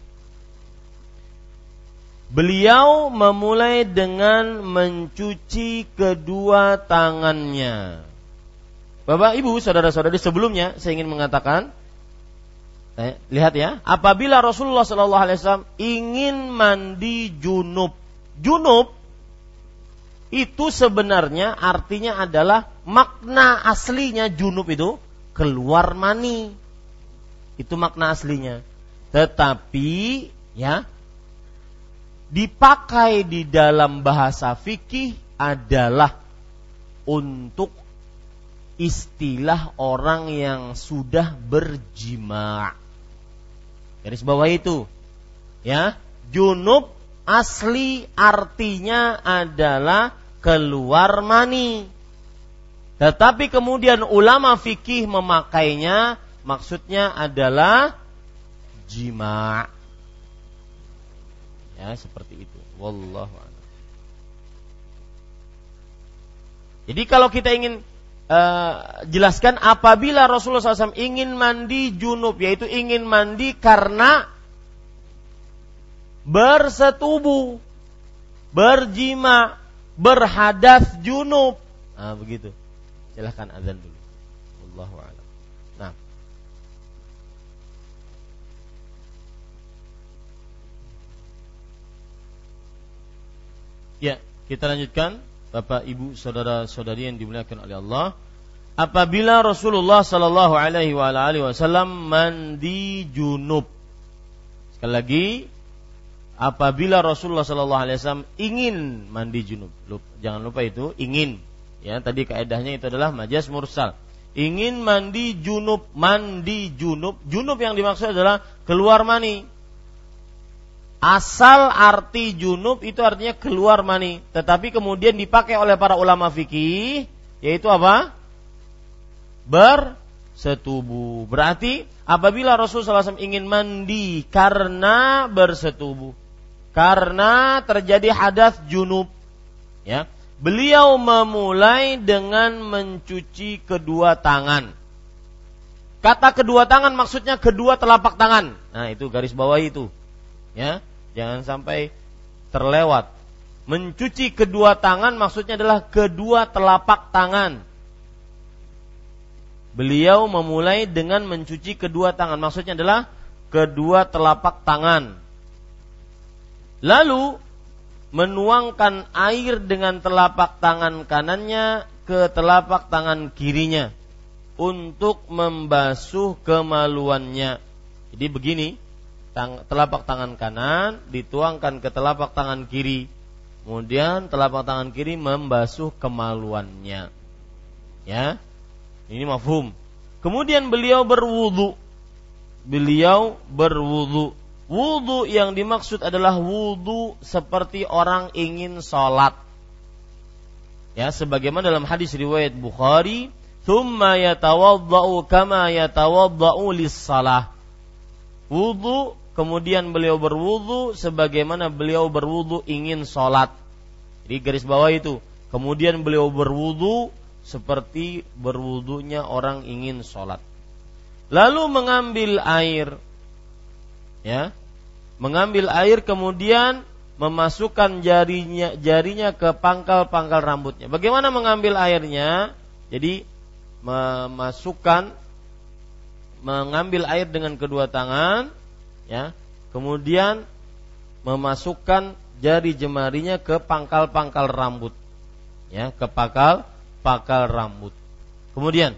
Beliau memulai dengan mencuci kedua tangannya. Bapak, Ibu, saudara-saudari, sebelumnya saya ingin mengatakan, lihat ya, apabila Rasulullah SAW ingin mandi junub, junub itu sebenarnya artinya adalah makna aslinya junub itu keluar mani. Itu makna aslinya. Tetapi ya, dipakai di dalam bahasa fikih adalah untuk istilah orang yang sudah berjima'. Garis bawah itu. Ya, junub asli artinya adalah keluar mani. Tetapi kemudian ulama fikih memakainya, maksudnya adalah jima'. Ya, seperti itu. Wallahu a'lam. Jadi kalau kita ingin jelaskan, apabila Rasulullah SAW ingin mandi junub, yaitu ingin mandi karena bersetubuh, berjima, berhadas junub. Begitu. Silahkan azan dulu. Wallahu a'lam. Nah. Ya, kita lanjutkan. Bapak, Ibu, saudara-saudari yang dimuliakan oleh Allah. Apabila Rasulullah sallallahu alaihi wasallam mandi junub. Sekali lagi, apabila Rasulullah sallallahu alaihi wasallam ingin mandi junub. Jangan lupa itu, ingin. Ya, tadi kaidahnya itu adalah majaz mursal. Ingin mandi junub, junub yang dimaksud adalah keluar mani. Asal arti junub itu artinya keluar mani, tetapi kemudian dipakai oleh para ulama fikih, yaitu apa? Bersetubuh. Berarti apabila Rasulullah SAW ingin mandi karena bersetubuh, karena terjadi hadas junub, ya, Beliau memulai dengan mencuci kedua tangan. Kata kedua tangan maksudnya kedua telapak tangan. Nah, itu garis bawah itu. Ya, jangan sampai terlewat. Mencuci kedua tangan maksudnya adalah kedua telapak tangan. Beliau memulai dengan mencuci kedua tangan, maksudnya adalah kedua telapak tangan. Lalu menuangkan air dengan telapak tangan kanannya ke telapak tangan kirinya untuk membasuh kemaluannya. Jadi begini, telapak tangan kanan dituangkan ke telapak tangan kiri, kemudian telapak tangan kiri membasuh kemaluannya. Ya, ini mafhum. Kemudian beliau berwudu. Wudu yang dimaksud adalah wudu seperti orang ingin sholat. Ya, sebagaimana dalam hadis riwayat Bukhari, "Tsumma yatawaddau kama yatawaddau lis-shalah." Wudu, kemudian beliau berwudu sebagaimana beliau berwudu ingin sholat. Jadi garis bawah itu. Kemudian beliau berwudu seperti berwudunya orang ingin sholat. Lalu mengambil air, ya, mengambil air kemudian memasukkan jarinya ke pangkal-pangkal rambutnya. Bagaimana mengambil airnya? Jadi mengambil air dengan kedua tangan, ya, kemudian memasukkan jari jemarinya ke pangkal-pangkal rambut, ya, ke pangkal rambut. Kemudian,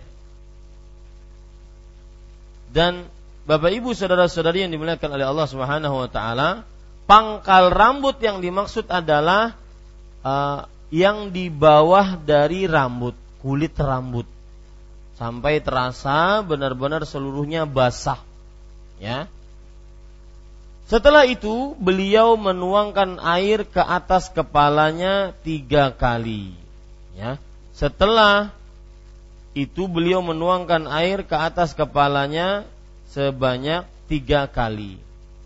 dan Bapak Ibu saudara-saudari yang dimuliakan oleh Allah Subhanahu wa taala, pangkal rambut yang dimaksud adalah yang di bawah dari rambut, kulit rambut, sampai terasa benar-benar seluruhnya basah, ya. Setelah itu beliau menuangkan air ke atas kepalanya 3 kali, ya. Setelah itu beliau menuangkan air ke atas kepalanya sebanyak 3 kali.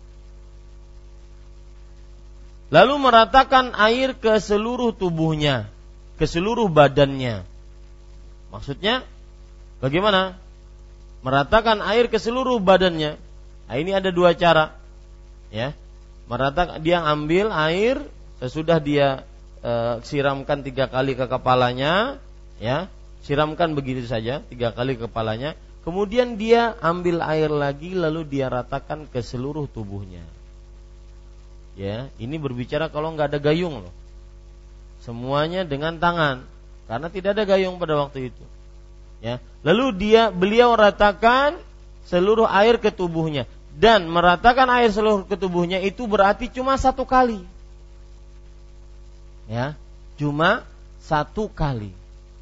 Lalu meratakan air ke seluruh tubuhnya, ke seluruh badannya. Maksudnya bagaimana? Meratakan air ke seluruh badannya. Nah, ini ada 2 cara. Ya. Meratakan, dia ambil air sesudah dia siramkan 3 kali ke kepalanya, ya. Siramkan begitu saja 3 kali ke kepalanya. Kemudian dia ambil air lagi lalu dia ratakan ke seluruh tubuhnya. Ya, ini berbicara kalau enggak ada gayung loh. Semuanya dengan tangan karena tidak ada gayung pada waktu itu. Ya. Lalu beliau ratakan seluruh air ke tubuhnya, dan meratakan air seluruh ke tubuhnya itu berarti cuma 1 kali. Ya, cuma 1 kali.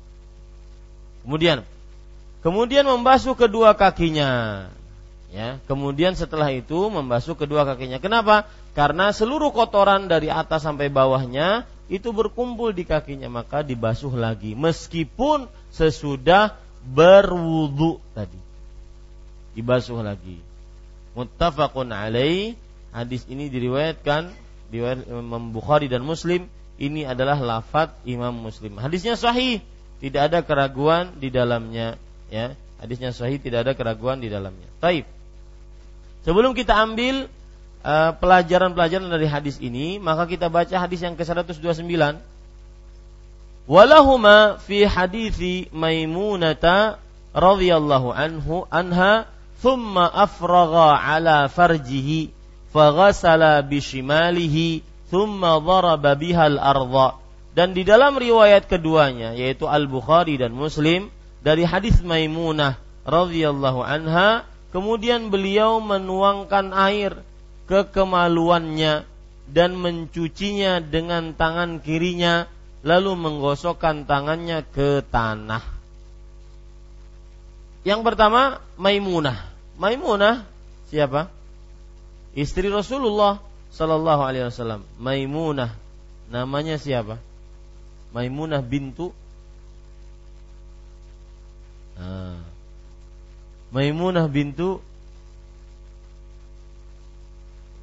Kemudian membasuh kedua kakinya. Ya, kemudian setelah itu membasuh kedua kakinya. Kenapa? Karena seluruh kotoran dari atas sampai bawahnya itu berkumpul di kakinya, maka dibasuh lagi meskipun sesudah berwudu tadi. Dibasuh lagi. Muttafaqun alaih. Hadis ini diriwayatkan Imam Bukhari dan Muslim. Ini adalah lafaz Imam Muslim. Hadisnya sahih, tidak ada keraguan di dalamnya, ya. Hadisnya sahih, tidak ada keraguan di dalamnya. Baik. Sebelum kita ambil pelajaran-pelajaran dari hadis ini, maka kita baca hadis yang ke-129. Walahuma fi hadithi Maimunata radhiyallahu anha thumma afragha ala farjihi faghasala bishimalihi thumma daraba bihal ardha. Dan di dalam riwayat keduanya, yaitu Al-Bukhari dan Muslim, dari hadis Maimunah radhiyallahu anha, kemudian beliau menuangkan air ke kemaluannya dan mencucinya dengan tangan kirinya, lalu menggosokkan tangannya ke tanah. Yang pertama, Maimunah. Maimunah siapa? Istri Rasulullah sallallahu alaihi wasallam. Maimunah. Namanya siapa? Maimunah bintu Maimunah bintu,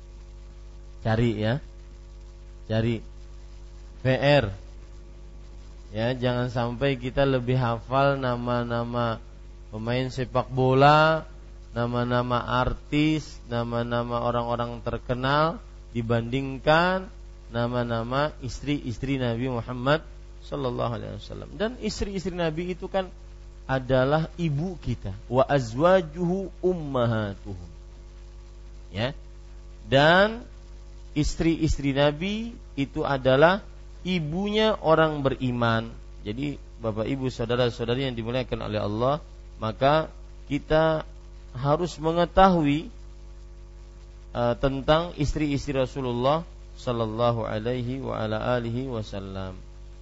cari ya, cari PR Ya, jangan sampai kita lebih hafal nama-nama pemain sepak bola, nama-nama artis, nama-nama orang-orang terkenal dibandingkan nama-nama istri-istri Nabi Muhammad sallallahu alaihi wasallam. Dan istri-istri Nabi itu kan adalah ibu kita, wa azwajuhu ummahatuhum. Ya. Dan istri-istri Nabi itu adalah ibunya orang beriman. Jadi Bapak Ibu saudara-saudari yang dimuliakan oleh Allah, maka kita harus mengetahui tentang istri-istri Rasulullah sallallahu alaihi wa ala alihi wasallam.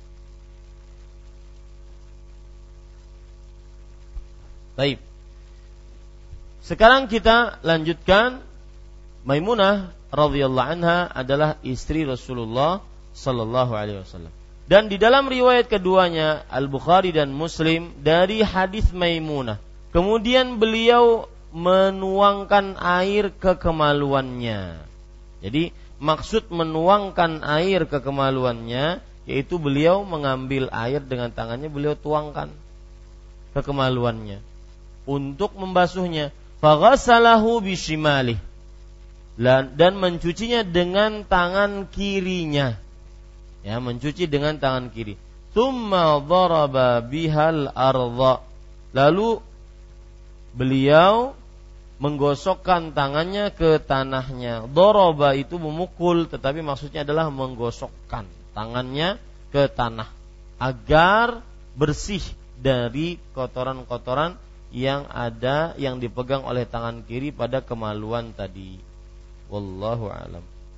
Baik. Sekarang kita lanjutkan. Maimunah radhiyallahu anha adalah istri Rasulullah sallallahu alaihi wasallam. Dan di dalam riwayat keduanya Al-Bukhari dan Muslim dari hadis Maimunah, kemudian beliau menuangkan air ke kemaluannya. Jadi maksud menuangkan air ke kemaluannya yaitu beliau mengambil air dengan tangannya, beliau tuangkan ke kemaluannya untuk membasuhnya. Faghasalahu bishimalih, dan mencucinya dengan tangan kirinya. Ya, mencuci dengan tangan kiri. Tsumma daraba bihal ardha, lalu beliau menggosokkan tangannya ke tanahnya. Daraba itu memukul, tetapi maksudnya adalah menggosokkan tangannya ke tanah agar bersih dari kotoran-kotoran yang ada yang dipegang oleh tangan kiri pada kemaluan tadi. Wallahu a'lam.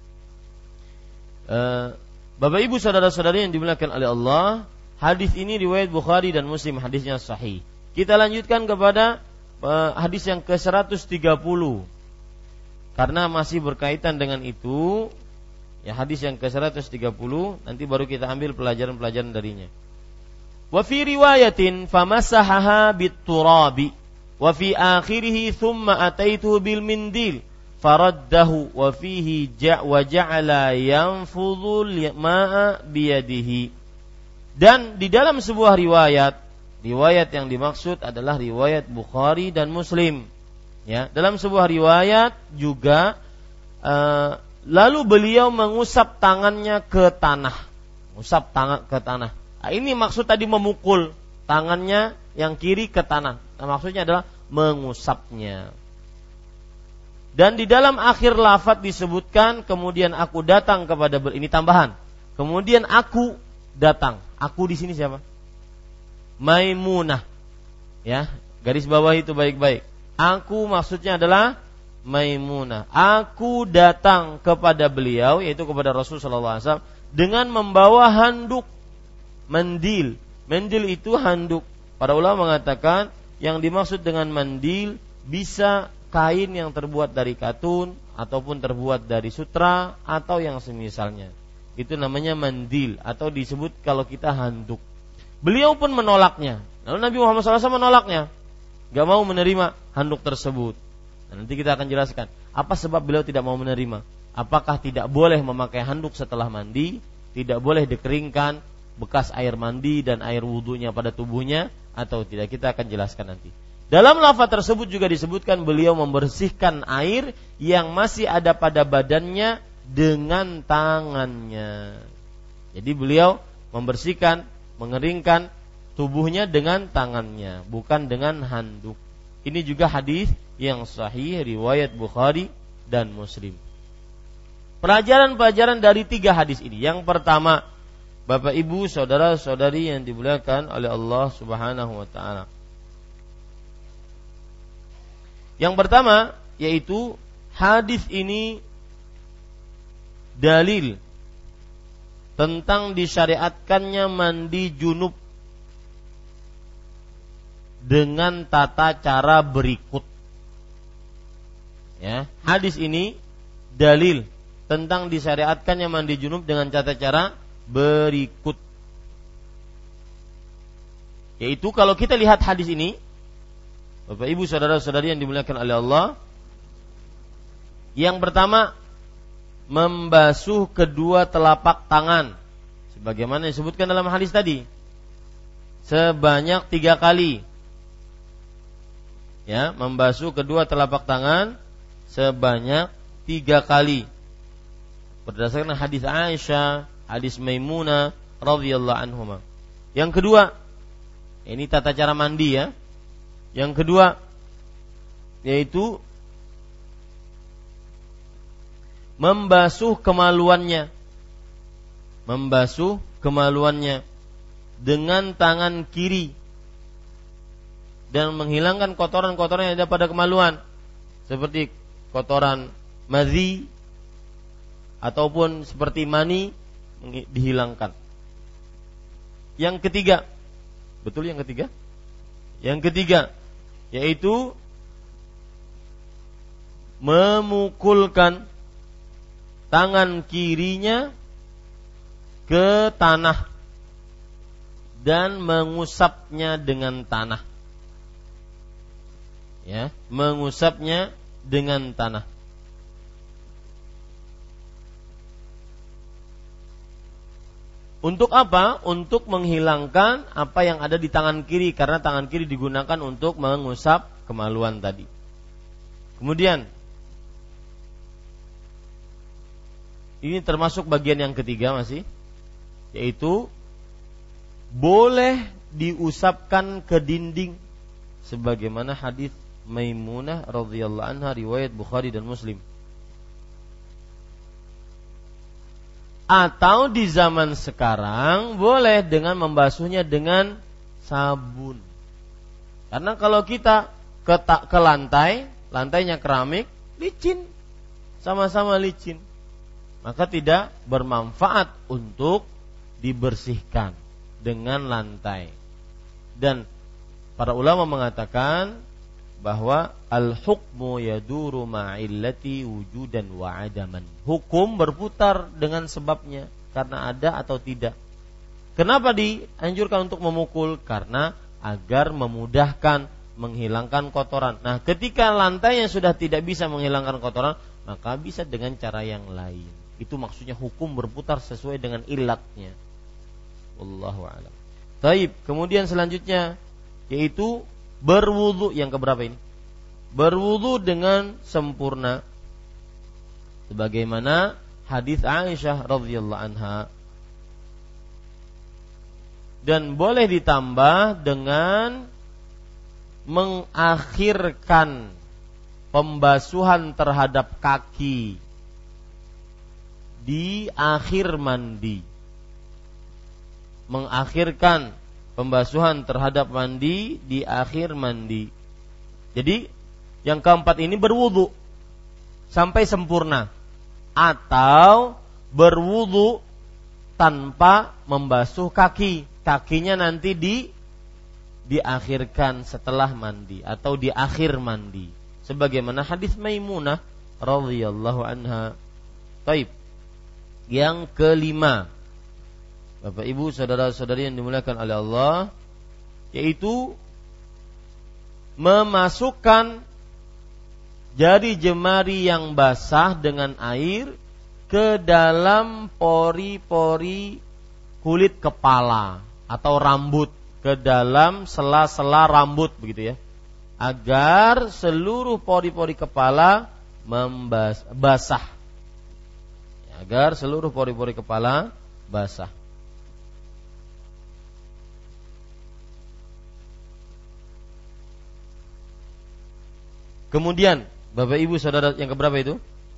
Bapak Ibu saudara-saudari yang dimuliakan oleh Allah, hadis ini riwayat Bukhari dan Muslim, hadisnya sahih. Kita lanjutkan kepada hadis yang ke-130. Karena masih berkaitan dengan itu, ya hadis yang ke-130 nanti baru kita ambil pelajaran-pelajaran darinya. Wa fi riwayatin famasahaha bit-turabi wa fi akhirih thumma ataituhu bil mindil faraddahu wa fihi wa ja'ala yanfudhul ma'a biyadihi. Dan di dalam sebuah riwayat yang dimaksud adalah riwayat Bukhari dan Muslim. Ya, dalam sebuah riwayat juga lalu beliau mengusap tangannya ke tanah. Usap tangan ke tanah. Nah, ini maksud tadi memukul tangannya yang kiri ke tanah. Nah, maksudnya adalah mengusapnya. Dan di dalam akhir lafaz disebutkan kemudian aku datang kepada ini tambahan. Kemudian aku datang. Aku di sini siapa? Maimunah. Ya, garis bawah itu baik-baik. Aku maksudnya adalah Maimunah. Aku datang kepada beliau, yaitu kepada Rasul sallallahu alaihi wasallam dengan membawa handuk, mandil. Mandil itu handuk. Para ulama mengatakan yang dimaksud dengan mandil bisa kain yang terbuat dari katun ataupun terbuat dari sutra atau yang semisalnya. Itu namanya mandil atau disebut kalau kita handuk. Beliau pun menolaknya. Lalu Nabi Muhammad SAW menolaknya, gak mau menerima handuk tersebut. Nah, nanti kita akan jelaskan apa sebab beliau tidak mau menerima. Apakah tidak boleh memakai handuk setelah mandi, tidak boleh dikeringkan bekas air mandi dan air wudunya pada tubuhnya, atau tidak, kita akan jelaskan nanti. Dalam lafaz tersebut juga disebutkan beliau membersihkan air yang masih ada pada badannya dengan tangannya. Jadi beliau membersihkan, mengeringkan tubuhnya dengan tangannya, bukan dengan handuk. Ini juga hadis yang sahih riwayat Bukhari dan Muslim. Pelajaran-pelajaran dari 3 hadis ini. Yang pertama, Bapak Ibu saudara-saudari yang dimuliakan oleh Allah Subhanahu wa taala. Yang pertama yaitu hadis ini dalil tentang disyariatkannya mandi junub dengan tata cara berikut. Ya, hadis ini dalil tentang disyariatkannya mandi junub dengan tata cara berikut. Yaitu kalau kita lihat hadis ini, Bapak Ibu saudara-saudari yang dimuliakan oleh Allah, yang pertama membasuh kedua telapak tangan sebagaimana disebutkan dalam hadis tadi. sebanyak 3 kali. Ya, membasuh kedua telapak tangan sebanyak 3 kali. Berdasarkan hadis Aisyah, hadis Maimunah radhiyallahu anhuma. Yang kedua, ini tata cara mandi ya. Yang kedua yaitu membasuh kemaluannya. Membasuh kemaluannya dengan tangan kiri dan menghilangkan kotoran-kotoran yang ada pada kemaluan, seperti kotoran madhi ataupun seperti mani, dihilangkan. Yang ketiga, betul yang ketiga? Yang ketiga yaitu memukulkan tangan kirinya ke tanah dan mengusapnya dengan tanah. Ya, mengusapnya dengan tanah. Untuk apa? Untuk menghilangkan apa yang ada di tangan kiri, karena tangan kiri digunakan untuk mengusap kemaluan tadi. Kemudian ini termasuk bagian yang ketiga masih, yaitu boleh diusapkan ke dinding sebagaimana hadis Maimunah radhiyallahu anha riwayat Bukhari dan Muslim. Atau di zaman sekarang boleh dengan membasuhnya dengan sabun. Karena kalau kita ke lantai, lantainya keramik, licin, sama-sama licin, maka tidak bermanfaat untuk dibersihkan dengan lantai. Dan para ulama mengatakan bahwa al-hukmu yaduru ma'illati wujudan wa adaman. Hukum berputar dengan sebabnya, karena ada atau tidak. Kenapa dianjurkan untuk memukul? Karena agar memudahkan menghilangkan kotoran. Nah, ketika lantainya sudah tidak bisa menghilangkan kotoran, maka bisa dengan cara yang lain. Itu maksudnya hukum berputar sesuai dengan ilatnya. Wallahu a'lam. Baik, kemudian selanjutnya yaitu berwudu. Yang keberapa ini? Berwudu dengan sempurna, sebagaimana hadis Aisyah radhiyallahu anha. Dan boleh ditambah dengan mengakhirkan pembasuhan terhadap kaki di akhir mandi. Mengakhirkan pembasuhan terhadap mandi di akhir mandi. Jadi yang keempat ini berwudu sampai sempurna, atau berwudu tanpa membasuh kaki. Kakinya nanti diakhirkan setelah mandi atau di akhir mandi, sebagaimana hadis Maimunah radhiyallahu anha. Baik. Yang kelima, Bapak Ibu saudara-saudari yang dimuliakan oleh Allah, yaitu memasukkan jari jemari yang basah dengan air ke dalam pori-pori kulit kepala atau rambut, ke dalam sela-sela rambut begitu ya, agar seluruh pori-pori kepala basah. Agar seluruh pori-pori kepala basah. Kemudian Bapak Ibu saudara, yang keberapa itu?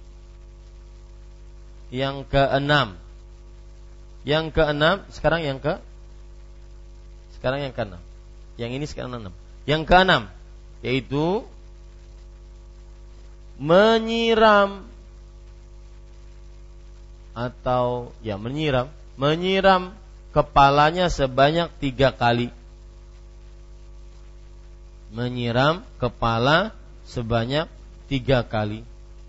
Yang keenam. Yang keenam, sekarang yang keenam. Yang ini sekarang 6. Yang keenam yaitu menyiram kepalanya sebanyak 3 kali. Menyiram kepala sebanyak 3 kali.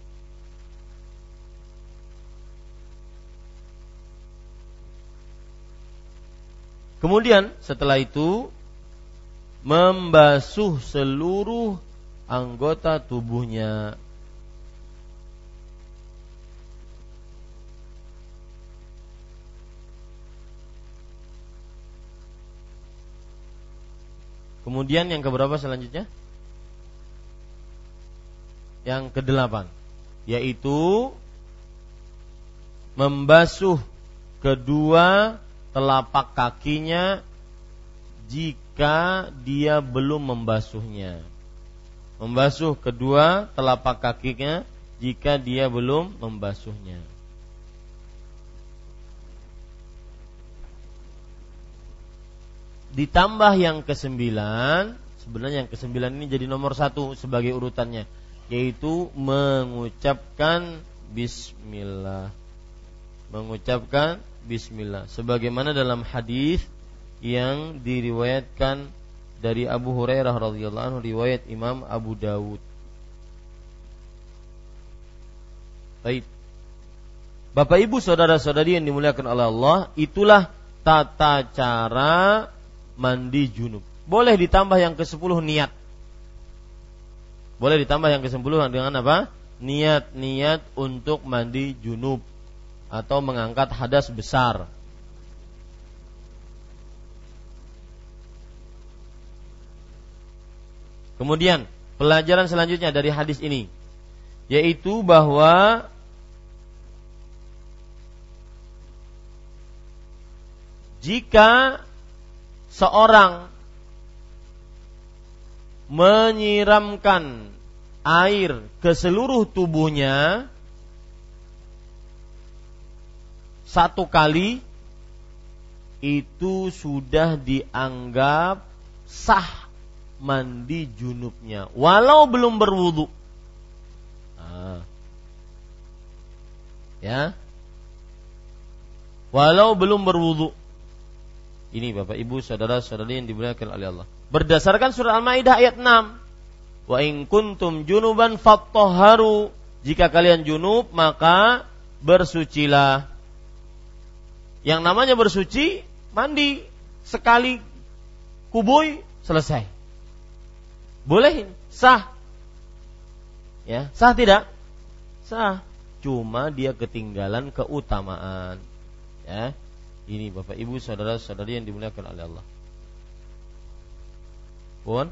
Kemudian setelah itu membasuh seluruh anggota tubuhnya. Kemudian yang keberapa selanjutnya? Yang ke-8, yaitu membasuh kedua telapak kakinya jika dia belum membasuhnya. Membasuh kedua telapak kakinya jika dia belum membasuhnya. Ditambah yang ke-9, sebenarnya yang ke-9 ini jadi nomor 1 sebagai urutannya, yaitu mengucapkan bismillah. Mengucapkan bismillah sebagaimana dalam hadis yang diriwayatkan dari Abu Hurairah radhiyallahu anhu, riwayat Imam Abu Dawud. Baik. Bapak Ibu saudara-saudari yang dimuliakan oleh Allah, itulah tata cara mandi junub. Boleh ditambah yang ke-10 niat. Boleh ditambah yang ke-10 dengan apa? Niat untuk mandi junub atau mengangkat hadas besar. Kemudian pelajaran selanjutnya dari hadis ini, yaitu bahwa jika seorang menyiramkan air ke seluruh tubuhnya satu kali, itu sudah dianggap sah mandi junubnya walau belum berwudu. Ya, walau belum berwudu. Ini Bapak Ibu saudara-saudari yang dimuliakan oleh Allah. Berdasarkan surah Al-Maidah ayat 6, wa in kuntum junuban fattahharu, jika kalian junub maka bersucilah. Yang namanya bersuci, mandi sekali kubuy selesai. Boleh ini, sah. Ya, sah tidak? Sah. Cuma dia ketinggalan keutamaan. Ya. Ini Bapak Ibu saudara-saudari yang dimuliakan oleh Allah. Pun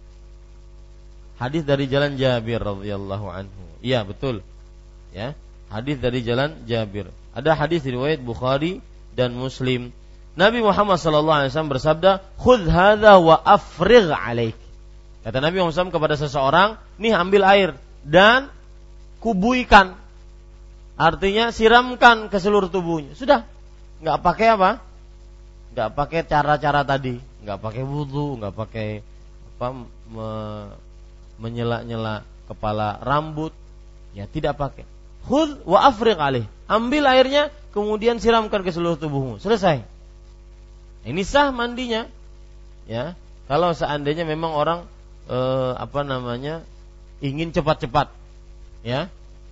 hadis dari jalan Jabir radhiyallahu anhu. Iya, betul. Ya, hadis dari jalan Jabir. Ada hadis riwayat Bukhari dan Muslim. Nabi Muhammad sallallahu alaihi wasallam bersabda, "Khudh hadza wa afrigh 'alaik." Kata Nabi Muhammad SAW kepada seseorang, "Nih ambil air dan kubuikan." Artinya siramkan ke seluruh tubuhnya. Sudah. Enggak pakai apa? Enggak pakai cara-cara tadi, enggak pakai wudu, enggak pakai menyela-nyela kepala rambut. Ya, tidak pakai. Khudh wa afrigh 'alaih. Ambil airnya kemudian siramkan ke seluruh tubuhmu. Selesai. Ini sah mandinya. Ya. Kalau seandainya memang orang ingin cepat-cepat. Ya.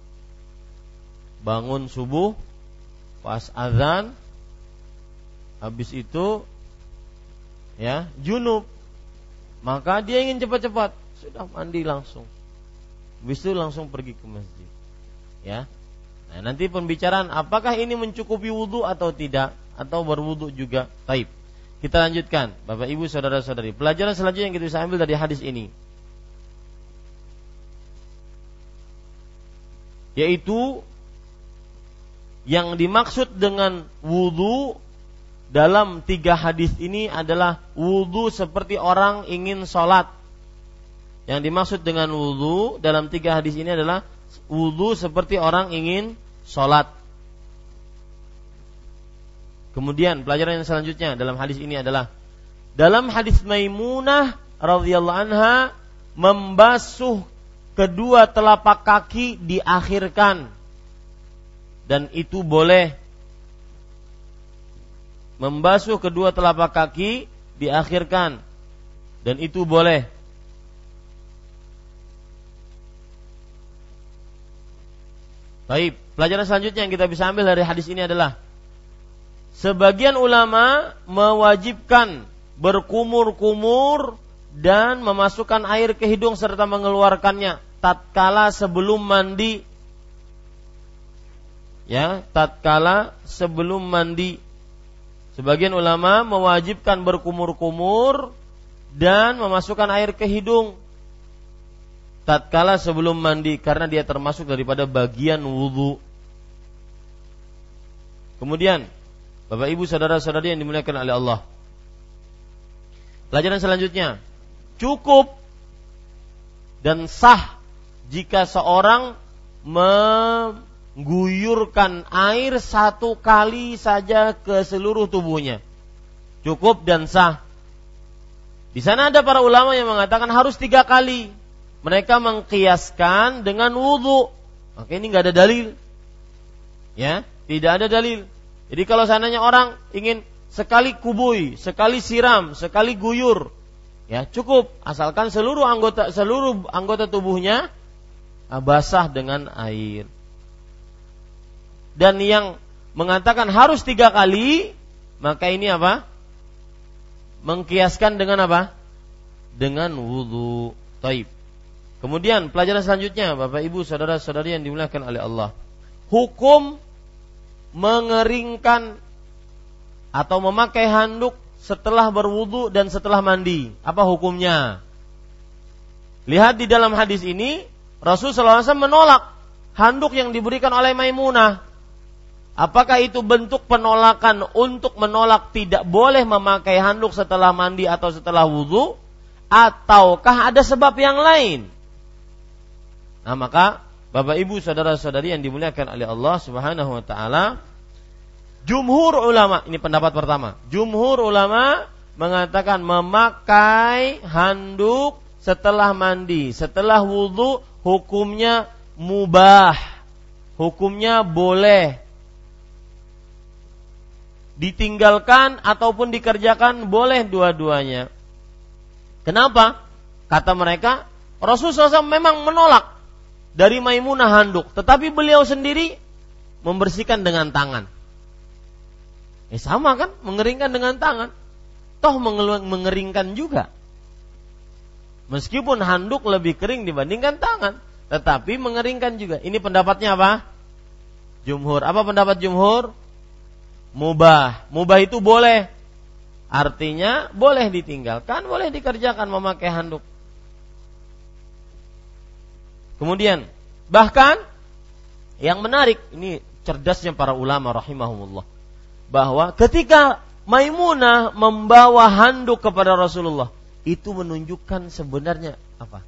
Bangun subuh pas azan, habis itu ya junub, maka dia ingin cepat-cepat, sudah mandi langsung, habis itu langsung pergi ke masjid. Ya, nah nanti pembicaraan apakah ini mencukupi wudu atau tidak, atau berwudu juga. Baik, kita lanjutkan, Bapak Ibu saudara-saudari. Pelajaran selanjutnya yang kita bisa ambil dari hadis ini, yaitu yang dimaksud dengan wudu dalam 3 hadis ini adalah wudu seperti orang ingin sholat. Yang dimaksud dengan wudu dalam 3 hadis ini adalah wudu seperti orang ingin sholat. Kemudian pelajaran yang selanjutnya dalam hadis ini adalah, dalam hadis Maimunah radhiyallahu anha, membasuh kedua telapak kaki diakhirkan. Dan itu boleh. Membasuh kedua telapak kaki diakhirkan, dan itu boleh. Baik, pelajaran selanjutnya yang kita bisa ambil dari hadis ini adalah, sebagian ulama mewajibkan berkumur-kumur dan memasukkan air ke hidung serta mengeluarkannya tatkala sebelum mandi. Ya, tatkala sebelum mandi. Sebagian ulama mewajibkan berkumur-kumur dan memasukkan air ke hidung tatkala sebelum mandi, karena dia termasuk daripada bagian wudu. Kemudian, Bapak Ibu saudara-saudari yang dimuliakan oleh Allah, pelajaran selanjutnya, cukup dan sah jika seorang mengguyurkan air 1 kali saja ke seluruh tubuhnya. Cukup dan sah. Di sana ada para ulama yang mengatakan harus 3 kali. Mereka mengkiaskan dengan wudu. Maka ini enggak ada dalil. Ya, tidak ada dalil. Jadi kalau seandainya orang ingin sekali kubui, sekali siram, sekali guyur, ya cukup, asalkan seluruh anggota tubuhnya basah dengan air. Dan yang mengatakan harus 3 kali, maka ini apa? Mengkiaskan dengan apa? Dengan wudu. Taib. Kemudian pelajaran selanjutnya, Bapak Ibu saudara-saudari yang dimuliakan oleh Allah, hukum mengeringkan atau memakai handuk setelah berwudu dan setelah mandi. Apa hukumnya? Lihat di dalam hadis ini, Rasulullah SAW menolak handuk yang diberikan oleh Maimunah. Apakah itu bentuk penolakan untuk menolak tidak boleh memakai handuk setelah mandi atau setelah wudu, ataukah ada sebab yang lain? Nah, maka Bapak Ibu saudara-saudari yang dimuliakan oleh Allah Subhanahu wa taala, jumhur ulama, ini pendapat pertama, jumhur ulama mengatakan memakai handuk setelah mandi, setelah wudu hukumnya mubah, hukumnya boleh, ditinggalkan ataupun dikerjakan boleh dua-duanya. Kenapa? Kata mereka, Rasulullah SAW memang menolak dari Maimunah handuk, tetapi beliau sendiri membersihkan dengan tangan. Sama kan, mengeringkan dengan tangan. Toh mengeringkan juga. Meskipun handuk lebih kering dibandingkan tangan, tetapi mengeringkan juga. Ini pendapatnya apa? Jumhur. Apa pendapat jumhur? Mubah. Mubah itu boleh. Artinya boleh ditinggalkan, boleh dikerjakan memakai handuk. Kemudian, bahkan yang menarik, ini cerdasnya para ulama rahimahumullah, bahwa ketika Maimunah membawa handuk kepada Rasulullah, itu menunjukkan sebenarnya apa?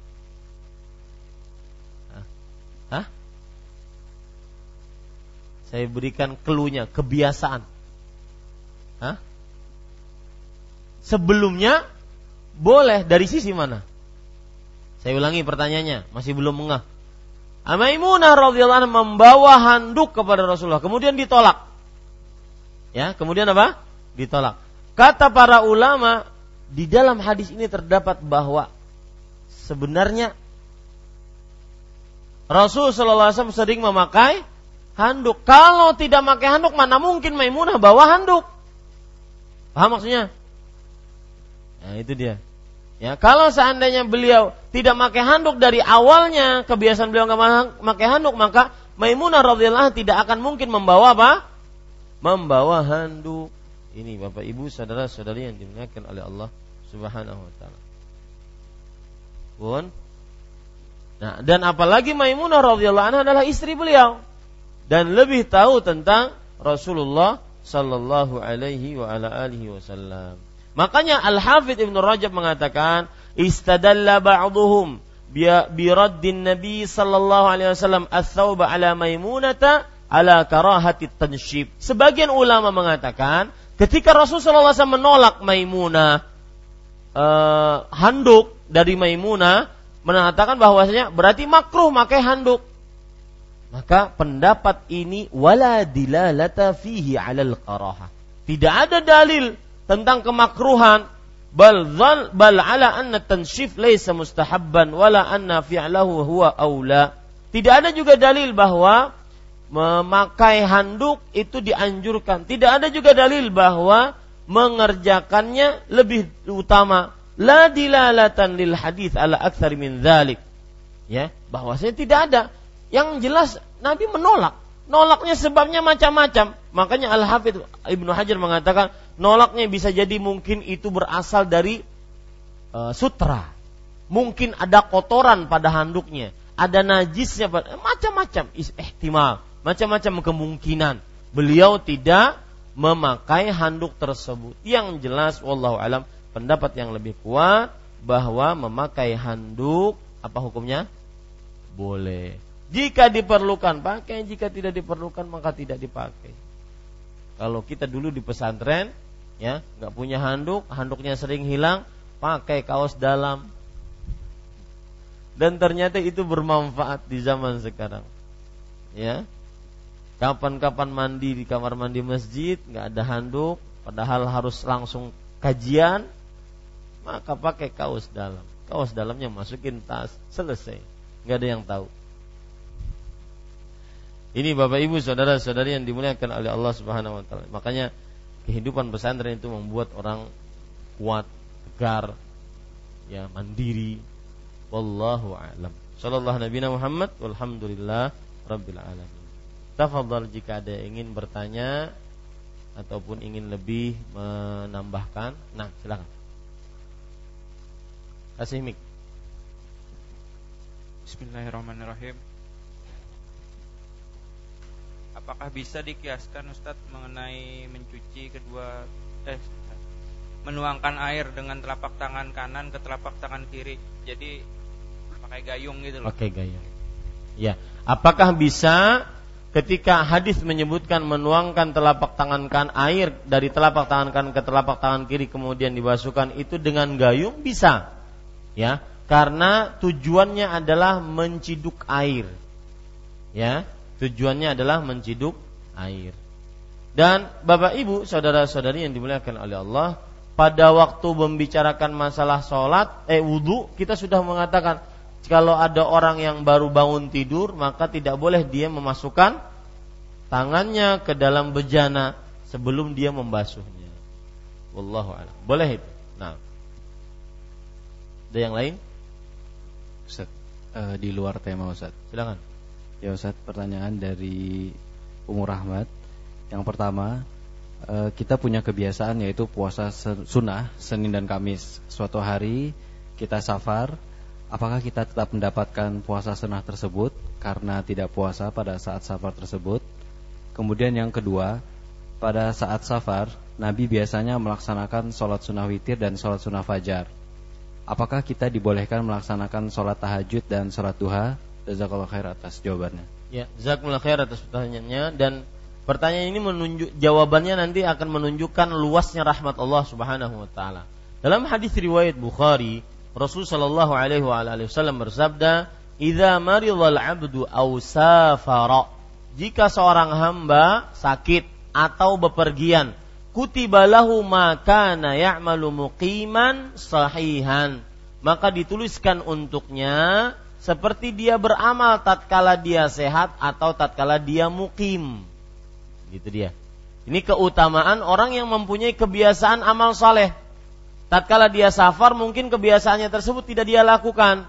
Saya berikan clue-nya, kebiasaan. Sebelumnya boleh dari sisi mana? Saya ulangi pertanyaannya, masih belum ngeh. Maimunah radhiyallahu anha membawa handuk kepada Rasulullah, kemudian ditolak. Ya, kemudian apa? Ditolak. Kata para ulama, di dalam hadis ini terdapat bahwa sebenarnya Rasul sallallahu alaihi wasallam sering memakai handuk. Kalau tidak memakai handuk, mana mungkin Maimunah bawa handuk? Paham maksudnya? Nah, itu dia. Ya, kalau seandainya beliau tidak memakai handuk dari awalnya, kebiasaan beliau enggak memakai handuk, maka Maimunah radhiyallahu anha tidak akan mungkin membawa apa? Membawa handuk. Ini Bapak Ibu saudara-saudari yang dimuliakan oleh Allah Subhanahu wa taala. Pun. Nah, dan apalagi Maimunah radhiyallahu anha adalah istri beliau dan lebih tahu tentang Rasulullah sallallahu alaihi wa ala alihi wasallam. Makanya Al-Hafidz Ibnu Rajab mengatakan, istadalla ba'dhum bi raddin Nabi sallallahu alaihi wasallam ats-tsauba ala Maimunata ala karahati tanshib. Sebagian ulama mengatakan, ketika Rasulullah SAW menolak Maimunah handuk dari Maimunah, mengatakan bahwasanya berarti makruh pakai handuk. Maka pendapat ini wala dilalata fihi 'alal karahah. Tidak ada dalil tentang kemakruhan, bal ala anna tanshif laysa mustahabban wala anna fi'lahu huwa aula. Tidak ada juga dalil bahwa memakai handuk itu dianjurkan. Tidak ada juga dalil bahwa mengerjakannya lebih utama. La dilalatan lil hadits ala aktsar min dzalik. Ya, bahwasanya tidak ada. Yang jelas Nabi menolak. Nolaknya sebabnya macam-macam. Makanya Al-Hafidz Ibnu Hajar mengatakan nolaknya bisa jadi mungkin itu berasal dari sutra. Mungkin ada kotoran pada handuknya, ada najisnya, macam-macam ihtimal, macam-macam kemungkinan beliau tidak memakai handuk tersebut. Yang jelas wallahu alam, pendapat yang lebih kuat bahwa memakai handuk apa hukumnya? Boleh. Jika diperlukan pakai, jika tidak diperlukan maka tidak dipakai. Kalau kita dulu di pesantren, ya, enggak punya handuk, handuknya sering hilang, pakai kaos dalam. Dan ternyata itu bermanfaat di zaman sekarang. Ya. Kapan-kapan mandi di kamar mandi masjid, enggak ada handuk, padahal harus langsung kajian, maka pakai kaos dalam. Kaos dalamnya masukin tas, selesai. Enggak ada yang tahu. Ini Bapak Ibu saudara-saudari yang dimuliakan oleh Allah Subhanahu wa taala. Makanya kehidupan pesantren itu membuat orang kuat, tegar, ya, mandiri. Wallahu a'lam. Sallallahu nabiyana Muhammad walhamdulillah rabbil alamin. Tafadhal jika ada yang ingin bertanya ataupun ingin lebih menambahkan. Nah, silakan. Kasih mic. Bismillahirrahmanirrahim. Apakah bisa dikiaskan Ustadz mengenai mencuci menuangkan air dengan telapak tangan kanan ke telapak tangan kiri? Jadi pakai gayung gitu loh. Pakai gayung. Ya, apakah bisa ketika hadis menyebutkan menuangkan telapak tangan kanan, air dari telapak tangan kanan ke telapak tangan kiri kemudian dibasuhkan itu dengan gayung? Bisa. Ya, karena tujuannya adalah menciduk air. Ya, tujuannya adalah menciduk air. Dan Bapak Ibu, saudara-saudari yang dimuliakan oleh Allah, pada waktu membicarakan masalah wudu, kita sudah mengatakan kalau ada orang yang baru bangun tidur, maka tidak boleh dia memasukkan tangannya ke dalam bejana sebelum dia membasuhnya. Wallahu a'lam. Boleh itu. Nah, ada yang lain? Ustaz, di luar tema Ustaz. Silakan. Ya Ustaz, pertanyaan dari Umur Rahmat. Yang pertama, kita punya kebiasaan yaitu puasa sunnah Senin dan Kamis. Suatu hari kita safar, apakah kita tetap mendapatkan puasa sunnah tersebut karena tidak puasa pada saat safar tersebut? Kemudian yang kedua, pada saat safar Nabi biasanya melaksanakan sholat sunnah witir dan sholat sunnah fajar. Apakah kita dibolehkan melaksanakan sholat tahajud dan sholat duha? Jazakallahu khair atas jawabannya. Ya, jazakumullah khair atas pertanyaannya. Dan pertanyaan ini jawabannya nanti akan menunjukkan luasnya rahmat Allah Subhanahu wa taala. Dalam hadis riwayat Bukhari, Rasul sallallahu alaihi wasallam bersabda, "Idza maridhal 'abdu aw safara." Jika seorang hamba sakit atau bepergian, kutiba lahu ma kana ya'malu muqiman sahihan. Maka dituliskan untuknya seperti dia beramal tatkala dia sehat atau tatkala dia mukim. Gitu dia. Ini keutamaan orang yang mempunyai kebiasaan amal saleh. Tatkala dia safar mungkin kebiasaannya tersebut tidak dia lakukan.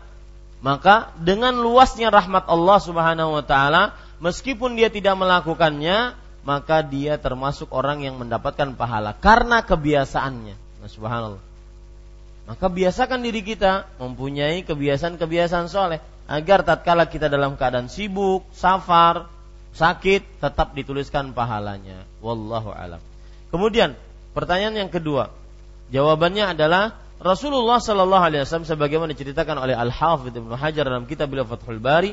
Maka dengan luasnya rahmat Allah Subhanahu wa taala, meskipun dia tidak melakukannya, maka dia termasuk orang yang mendapatkan pahala karena kebiasaannya. Nah, subhanallah. Maka biasakan diri kita mempunyai kebiasaan-kebiasaan soleh agar tatkala kita dalam keadaan sibuk, safar, sakit, tetap dituliskan pahalanya. Wallahu alam. Kemudian pertanyaan yang kedua, jawabannya adalah Rasulullah sallallahu alaihi wasallam sebagaimana diceritakan oleh Al-Hafidz Ibnu Hajar dalam kitab Fathul Bari,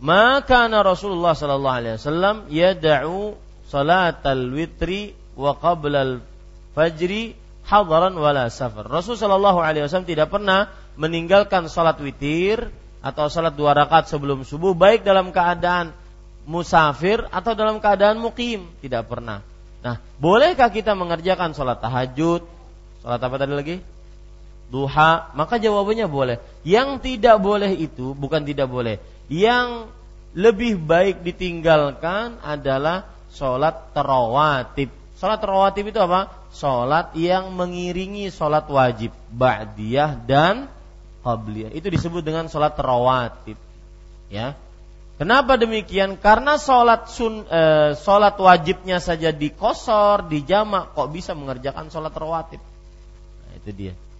maka Rasulullah sallallahu alaihi wasallam yad'u salatal witri wa qablal fajri hadaran wala safar. Rasul sallallahu alaihi wasallam tidak pernah meninggalkan salat witir atau salat 2 rakaat sebelum subuh baik dalam keadaan musafir atau dalam keadaan muqim, tidak pernah. Nah, bolehkah kita mengerjakan salat tahajud? Salat apa tadi lagi? Duha? Maka jawabannya boleh. Yang tidak boleh itu bukan tidak boleh. Yang lebih baik ditinggalkan adalah salat rawatib. Salat rawatib itu apa? Salat yang mengiringi salat wajib, ba'diyah dan qabliyah. Itu disebut dengan salat rawatib. Ya. Kenapa demikian? Karena salat wajibnya saja dikosor, dijamak, kok bisa mengerjakan salat rawatib? Nah, itu dia.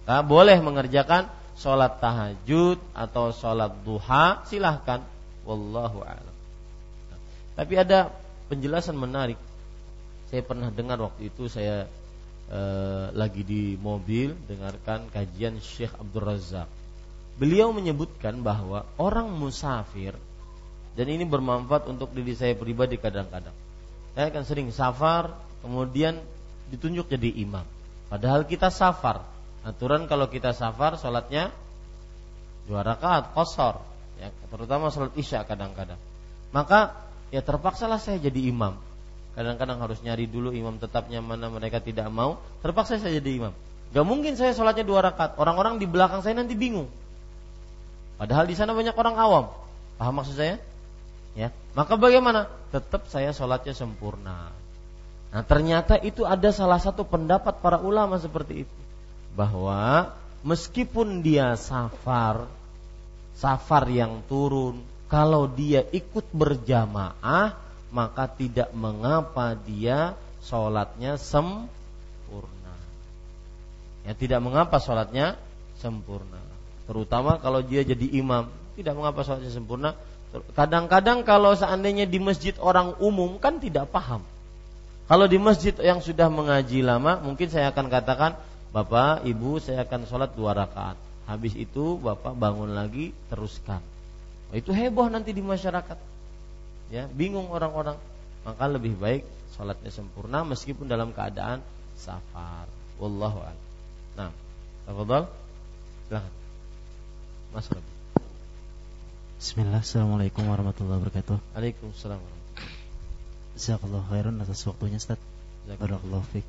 Maka boleh mengerjakan sholat tahajud atau sholat duha, silahkan. Wallahu a'lam. Tapi ada penjelasan menarik. Saya pernah dengar waktu itu saya lagi di mobil dengarkan kajian Syekh Abdul Razak. Beliau menyebutkan bahwa orang musafir, dan ini bermanfaat untuk diri saya pribadi kadang-kadang. Saya kan sering safar, kemudian ditunjuk jadi imam. Padahal kita safar. Aturan kalau kita safar sholatnya 2 rakaat qashar, ya, terutama sholat isya kadang-kadang. Maka ya terpaksalah saya jadi imam. Kadang-kadang harus nyari dulu imam tetapnya mana, mereka tidak mau, terpaksa saya jadi imam. Gak mungkin saya sholatnya 2 rakaat. Orang-orang di belakang saya nanti bingung. Padahal di sana banyak orang awam. Paham maksud saya? Ya, maka bagaimana? Tetap saya sholatnya sempurna. Nah, ternyata itu ada salah satu pendapat para ulama seperti itu, bahwa meskipun dia safar yang turun, kalau dia ikut berjamaah, maka tidak mengapa dia sholatnya sempurna. Ya, tidak mengapa sholatnya sempurna. Terutama kalau dia jadi imam, tidak mengapa sholatnya sempurna. Kadang-kadang kalau seandainya di masjid orang umum kan tidak paham. Kalau di masjid yang sudah mengaji lama, mungkin saya akan katakan, Bapak, Ibu, saya akan sholat 2 rakaat. Habis itu Bapak bangun lagi, teruskan. Itu heboh nanti di masyarakat. Ya, bingung orang-orang. Maka lebih baik sholatnya sempurna meskipun dalam keadaan safar. Wallahu a'lam. Nah, tafadhal. Silakan. Mas Rabi. Bismillah, assalamualaikum warahmatullahi wabarakatuh. Waalaikumsalam. Jazakallahu khairan atas waktunya, Ustaz. Barakallahu fiik.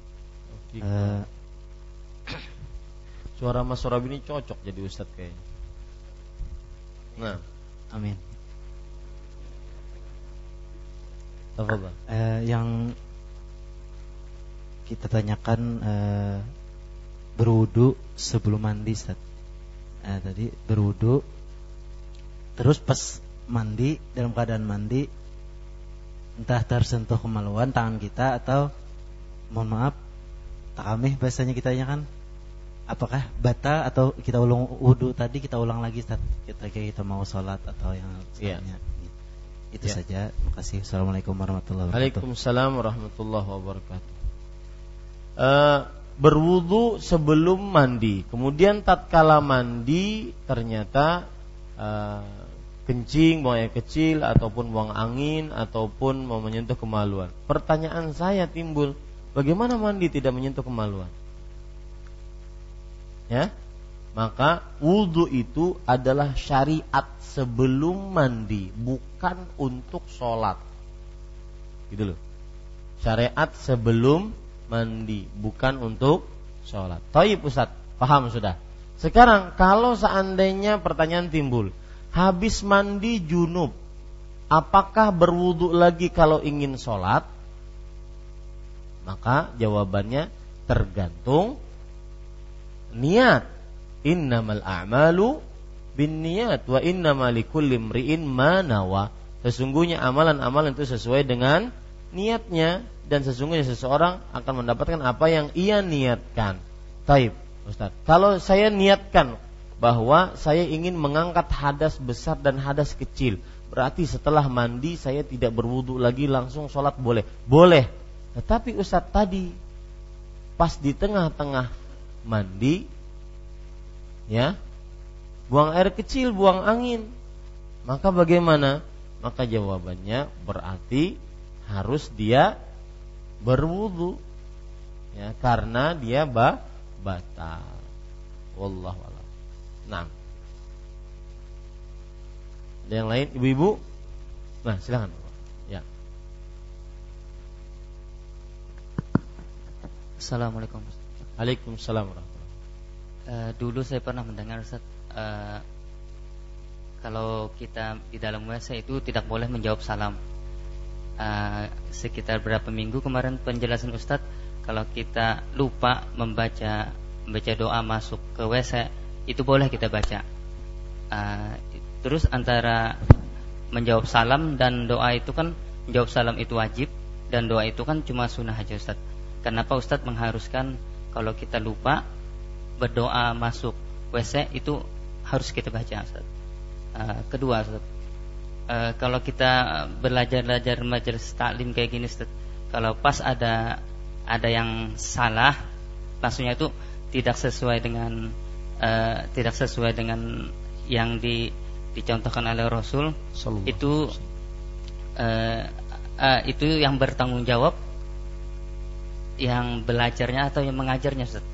Suara Mas Rabi ini cocok jadi Ustaz kayaknya. Nah, amin. Tafadhal. Yang kita tanyakan berwudu sebelum mandi, Ustaz. Tadi berwudu, terus pas mandi, dalam keadaan mandi, entah tersentuh kemaluan tangan kita atau mohon maaf takamih bahasanya kitanya kan, apakah batal atau kita ulang wudu tadi, kita ulang lagi Ustaz, kita mau sholat atau yang lainnya. Itu saja. Terima kasih. Assalamualaikum warahmatullahi wabarakatuh. Waalaikumsalam warahmatullahi wabarakatuh. Berwudu sebelum mandi, kemudian tatkala mandi ternyata kencing, buang air kecil ataupun buang angin ataupun mau menyentuh kemaluan. Pertanyaan saya timbul, bagaimana mandi tidak menyentuh kemaluan? Ya, maka wudu itu adalah syariat sebelum mandi, bukan untuk sholat. Gitu loh. Syariat sebelum mandi, bukan untuk sholat. Thayyib Ustaz, paham sudah. Sekarang kalau seandainya pertanyaan timbul, habis mandi junub, apakah berwudu lagi kalau ingin sholat? Maka jawabannya tergantung niat. Innamal a'malu binniyat wa innamal likulli imri'in ma nawa. Sesungguhnya amalan-amalan itu sesuai dengan niatnya, dan sesungguhnya seseorang akan mendapatkan apa yang ia niatkan. Taib, Ustaz. Kalau saya niatkan bahwa saya ingin mengangkat hadas besar dan hadas kecil, berarti setelah mandi saya tidak berwudu lagi langsung sholat boleh? Boleh. Tetapi Ustaz tadi pas di tengah-tengah mandi, ya, buang air kecil, buang angin, maka bagaimana? Maka jawabannya berarti harus dia berwudu, ya, karena dia batal. Wallahu a'lam. Nah, ada yang lain, ibu-ibu? Nah, silakan. Ya. Assalamualaikum. Waalaikumsalam. Dulu saya pernah mendengar, Ustaz, kalau kita di dalam WC itu tidak boleh menjawab salam. Sekitar berapa minggu kemarin penjelasan Ustaz, kalau kita lupa membaca doa masuk ke WC, itu boleh kita baca. Terus antara menjawab salam dan doa itu kan, menjawab salam itu wajib dan doa itu kan cuma sunnah aja, Ustaz. Kenapa Ustaz mengharuskan kalau kita lupa berdoa masuk WC itu harus kita baca, Ustaz. Kedua, Ustaz, kalau kita belajar majelis taklim kayak gini, Ustaz, kalau pas ada yang salah, maksudnya itu tidak sesuai dengan yang dicontohkan oleh Rasul, itu yang bertanggung jawab yang belajarnya atau yang mengajarnya, Ustaz.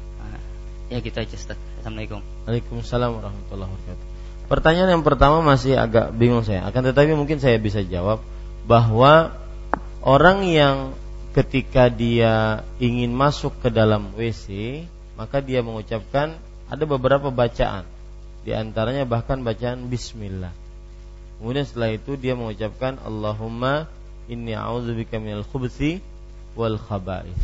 Ya gitu aja, Ustaz. Assalamualaikum. Waalaikumsalam warahmatullahi wabarakatuh. Pertanyaan yang pertama masih agak bingung saya, akan tetapi mungkin saya bisa jawab bahwa orang yang ketika dia ingin masuk ke dalam WC, maka dia mengucapkan ada beberapa bacaan, di antaranya bahkan bacaan bismillah. Kemudian setelah itu dia mengucapkan Allahumma inni a'udzubika minal khubuthi wal khaba'ith.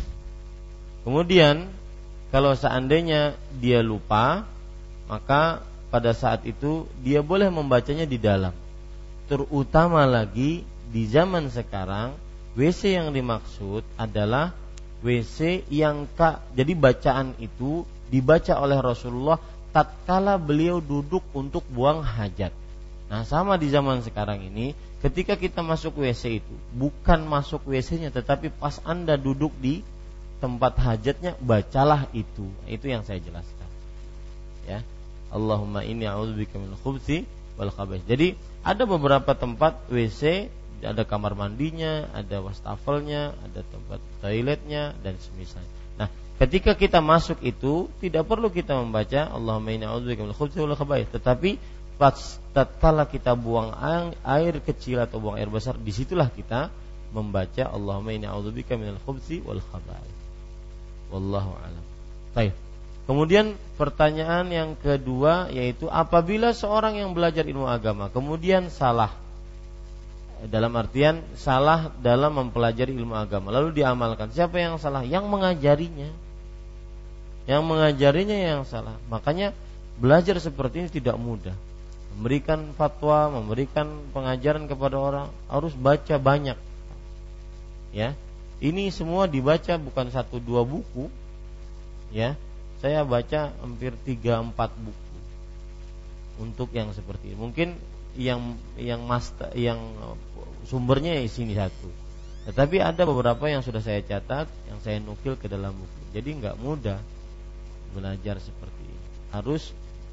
Kemudian kalau seandainya dia lupa, maka pada saat itu dia boleh membacanya di dalam. Terutama lagi di zaman sekarang, WC yang dimaksud adalah WC yang jadi bacaan itu dibaca oleh Rasulullah tatkala beliau duduk untuk buang hajat. Nah, sama di zaman sekarang ini, ketika kita masuk WC itu bukan masuk WC-nya, tetapi pas Anda duduk di tempat hajatnya, bacalah itu. Itu yang saya jelaskan. Ya. Allahumma inni a'udzubika minal khubuthi wal khaba'ith. Jadi ada beberapa tempat WC, ada kamar mandinya, ada wastafelnya, ada tempat toiletnya dan semisalnya. Nah, ketika kita masuk itu tidak perlu kita membaca Allahumma inni a'udzubika minal khubuthi wal khaba'ith, tetapi tatkala kita buang air kecil atau buang air besar, disitulah kita membaca Allahumma inni a'udzubika minal khubuthi wal khaba'ith. Wallahu a'lam. Baik. Kemudian pertanyaan yang kedua, yaitu apabila seorang yang belajar ilmu agama kemudian salah, dalam artian salah dalam mempelajari ilmu agama lalu diamalkan, siapa yang salah? Yang mengajarinya. Yang mengajarinya yang salah. Makanya belajar seperti ini tidak mudah. Memberikan fatwa, memberikan pengajaran kepada orang harus baca banyak. Ya. Ini semua dibaca bukan 1-2 buku. Ya. Saya baca hampir 3-4 buku untuk yang seperti ini. Mungkin yang sumbernya di sini satu, tetapi ada beberapa yang sudah saya catat, yang saya nukil ke dalam buku. Jadi nggak mudah belajar seperti ini. Harus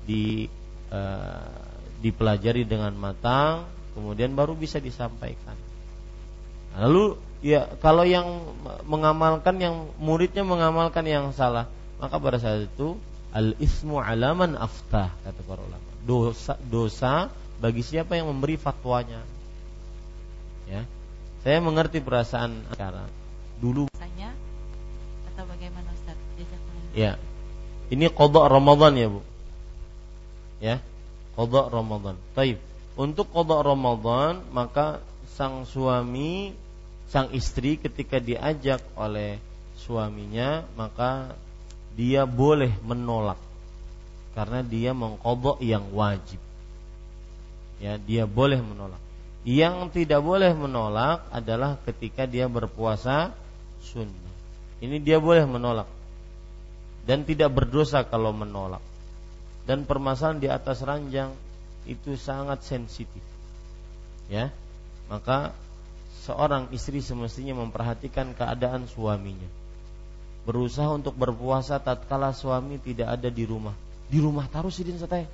dipelajari dengan matang, kemudian baru bisa disampaikan. Lalu ya kalau yang mengamalkan, yang muridnya mengamalkan yang salah, maka pada saat itu al-ismu alaman aftah, kata para ulama. Dosa bagi siapa yang memberi fatwanya. Ya. Saya mengerti perasaan sekarang. Dulu saya atau bagaimana Ustaz? Ya. Ini qada Ramadan ya, Bu. Ya. Qada Ramadan. Baik. Untuk qada Ramadan, maka sang suami, sang istri ketika diajak oleh suaminya, maka dia boleh menolak karena dia mengqadha yang wajib. Ya, dia boleh menolak. Yang tidak boleh menolak adalah ketika dia berpuasa sunnah. Ini dia boleh menolak dan tidak berdosa kalau menolak. Dan permasalahan di atas ranjang itu sangat sensitif. Ya. Maka seorang istri semestinya memperhatikan keadaan suaminya. Berusaha untuk berpuasa tatkala suami tidak ada di rumah. Di rumah taruh sidin satay.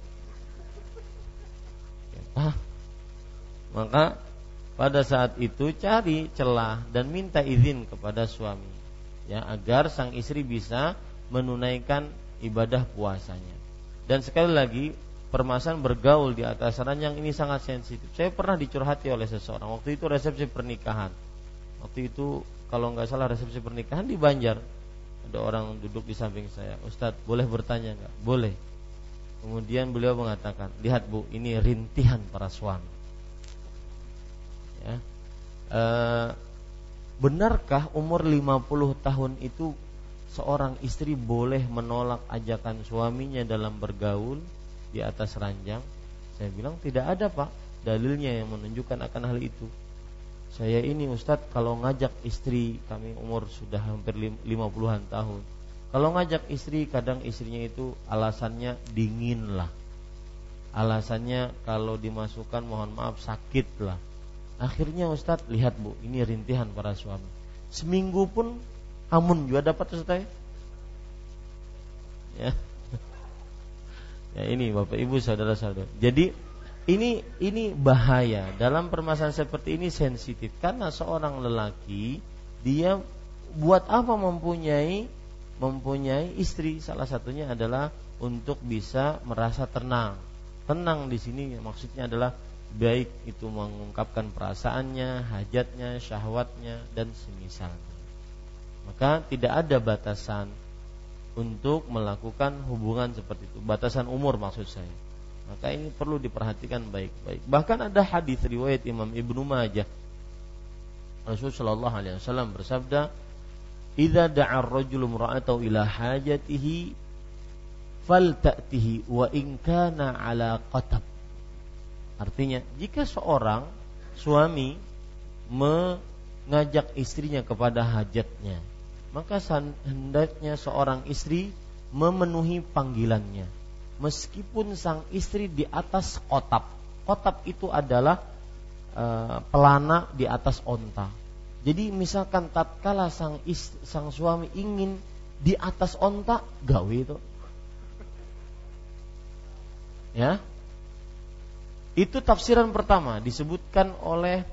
Ya, maka pada saat itu cari celah dan minta izin kepada suami, ya, agar sang istri bisa menunaikan ibadah puasanya. Dan sekali lagi, permasalahan bergaul di atas ranjang ini sangat sensitif. Saya pernah dicurhati oleh seseorang. Waktu itu resepsi pernikahan. Waktu itu kalau nggak salah resepsi pernikahan di Banjar. Ada orang duduk di samping saya. Ustadz, boleh bertanya nggak? Boleh. Kemudian beliau mengatakan, lihat Bu, ini rintihan para suami. Ya. Benarkah umur 50 tahun itu seorang istri boleh menolak ajakan suaminya dalam bergaul di atas ranjang? Saya bilang tidak ada, Pak, dalilnya yang menunjukkan akan hal itu. Saya ini Ustadz kalau ngajak istri kami umur sudah hampir 50-an tahun, Kalau ngajak istri, kadang istrinya itu alasannya dingin lah, alasannya kalau dimasukkan mohon maaf sakit lah. Akhirnya Ustadz, lihat Bu, ini rintihan para suami. Seminggu pun hamun juga dapat Ustadz ya. Ya ini Bapak Ibu saudara-saudara. Jadi ini bahaya. Dalam permasalahan seperti ini sensitif, karena seorang lelaki dia buat apa mempunyai istri? Salah satunya adalah untuk bisa merasa tenang. Tenang di sini maksudnya adalah baik itu mengungkapkan perasaannya, hajatnya, syahwatnya dan semisalnya. Maka tidak ada batasan untuk melakukan hubungan seperti itu, batasan umur maksud saya. Maka ini perlu diperhatikan baik-baik. Bahkan ada hadis riwayat Imam Ibnu Majah, Rasulullah sallallahu alaihi wasallam bersabda, "Idza da'a ar-rajulu imra'atahu ila hajatihi falta'tihi wa in kana 'ala qatab." Artinya, jika seorang suami mengajak istrinya kepada hajatnya, maka hendaknya seorang istri memenuhi panggilannya, meskipun sang istri di atas qotab. Qotab itu adalah pelana di atas onta. Jadi misalkan tatkala sang suami ingin di atas onta, gawe itu, ya. Itu tafsiran pertama disebutkan oleh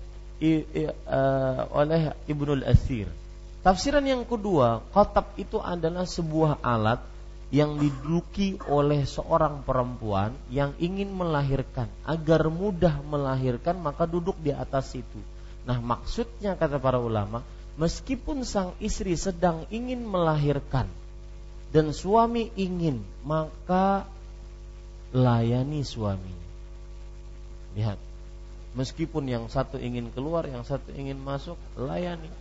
Ibnul Athir. Tafsiran yang kedua, qatab itu adalah sebuah alat yang diduduki oleh seorang perempuan yang ingin melahirkan. Agar mudah melahirkan, maka duduk di atas itu. Nah, maksudnya kata para ulama, meskipun sang istri sedang ingin melahirkan dan suami ingin, maka layani suaminya. Lihat, meskipun yang satu ingin keluar, yang satu ingin masuk, layani.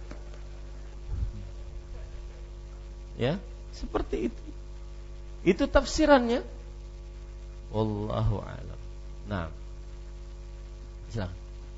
Ya, seperti itu. Itu tafsirannya. Wallahu a'lam. Nah, silakan.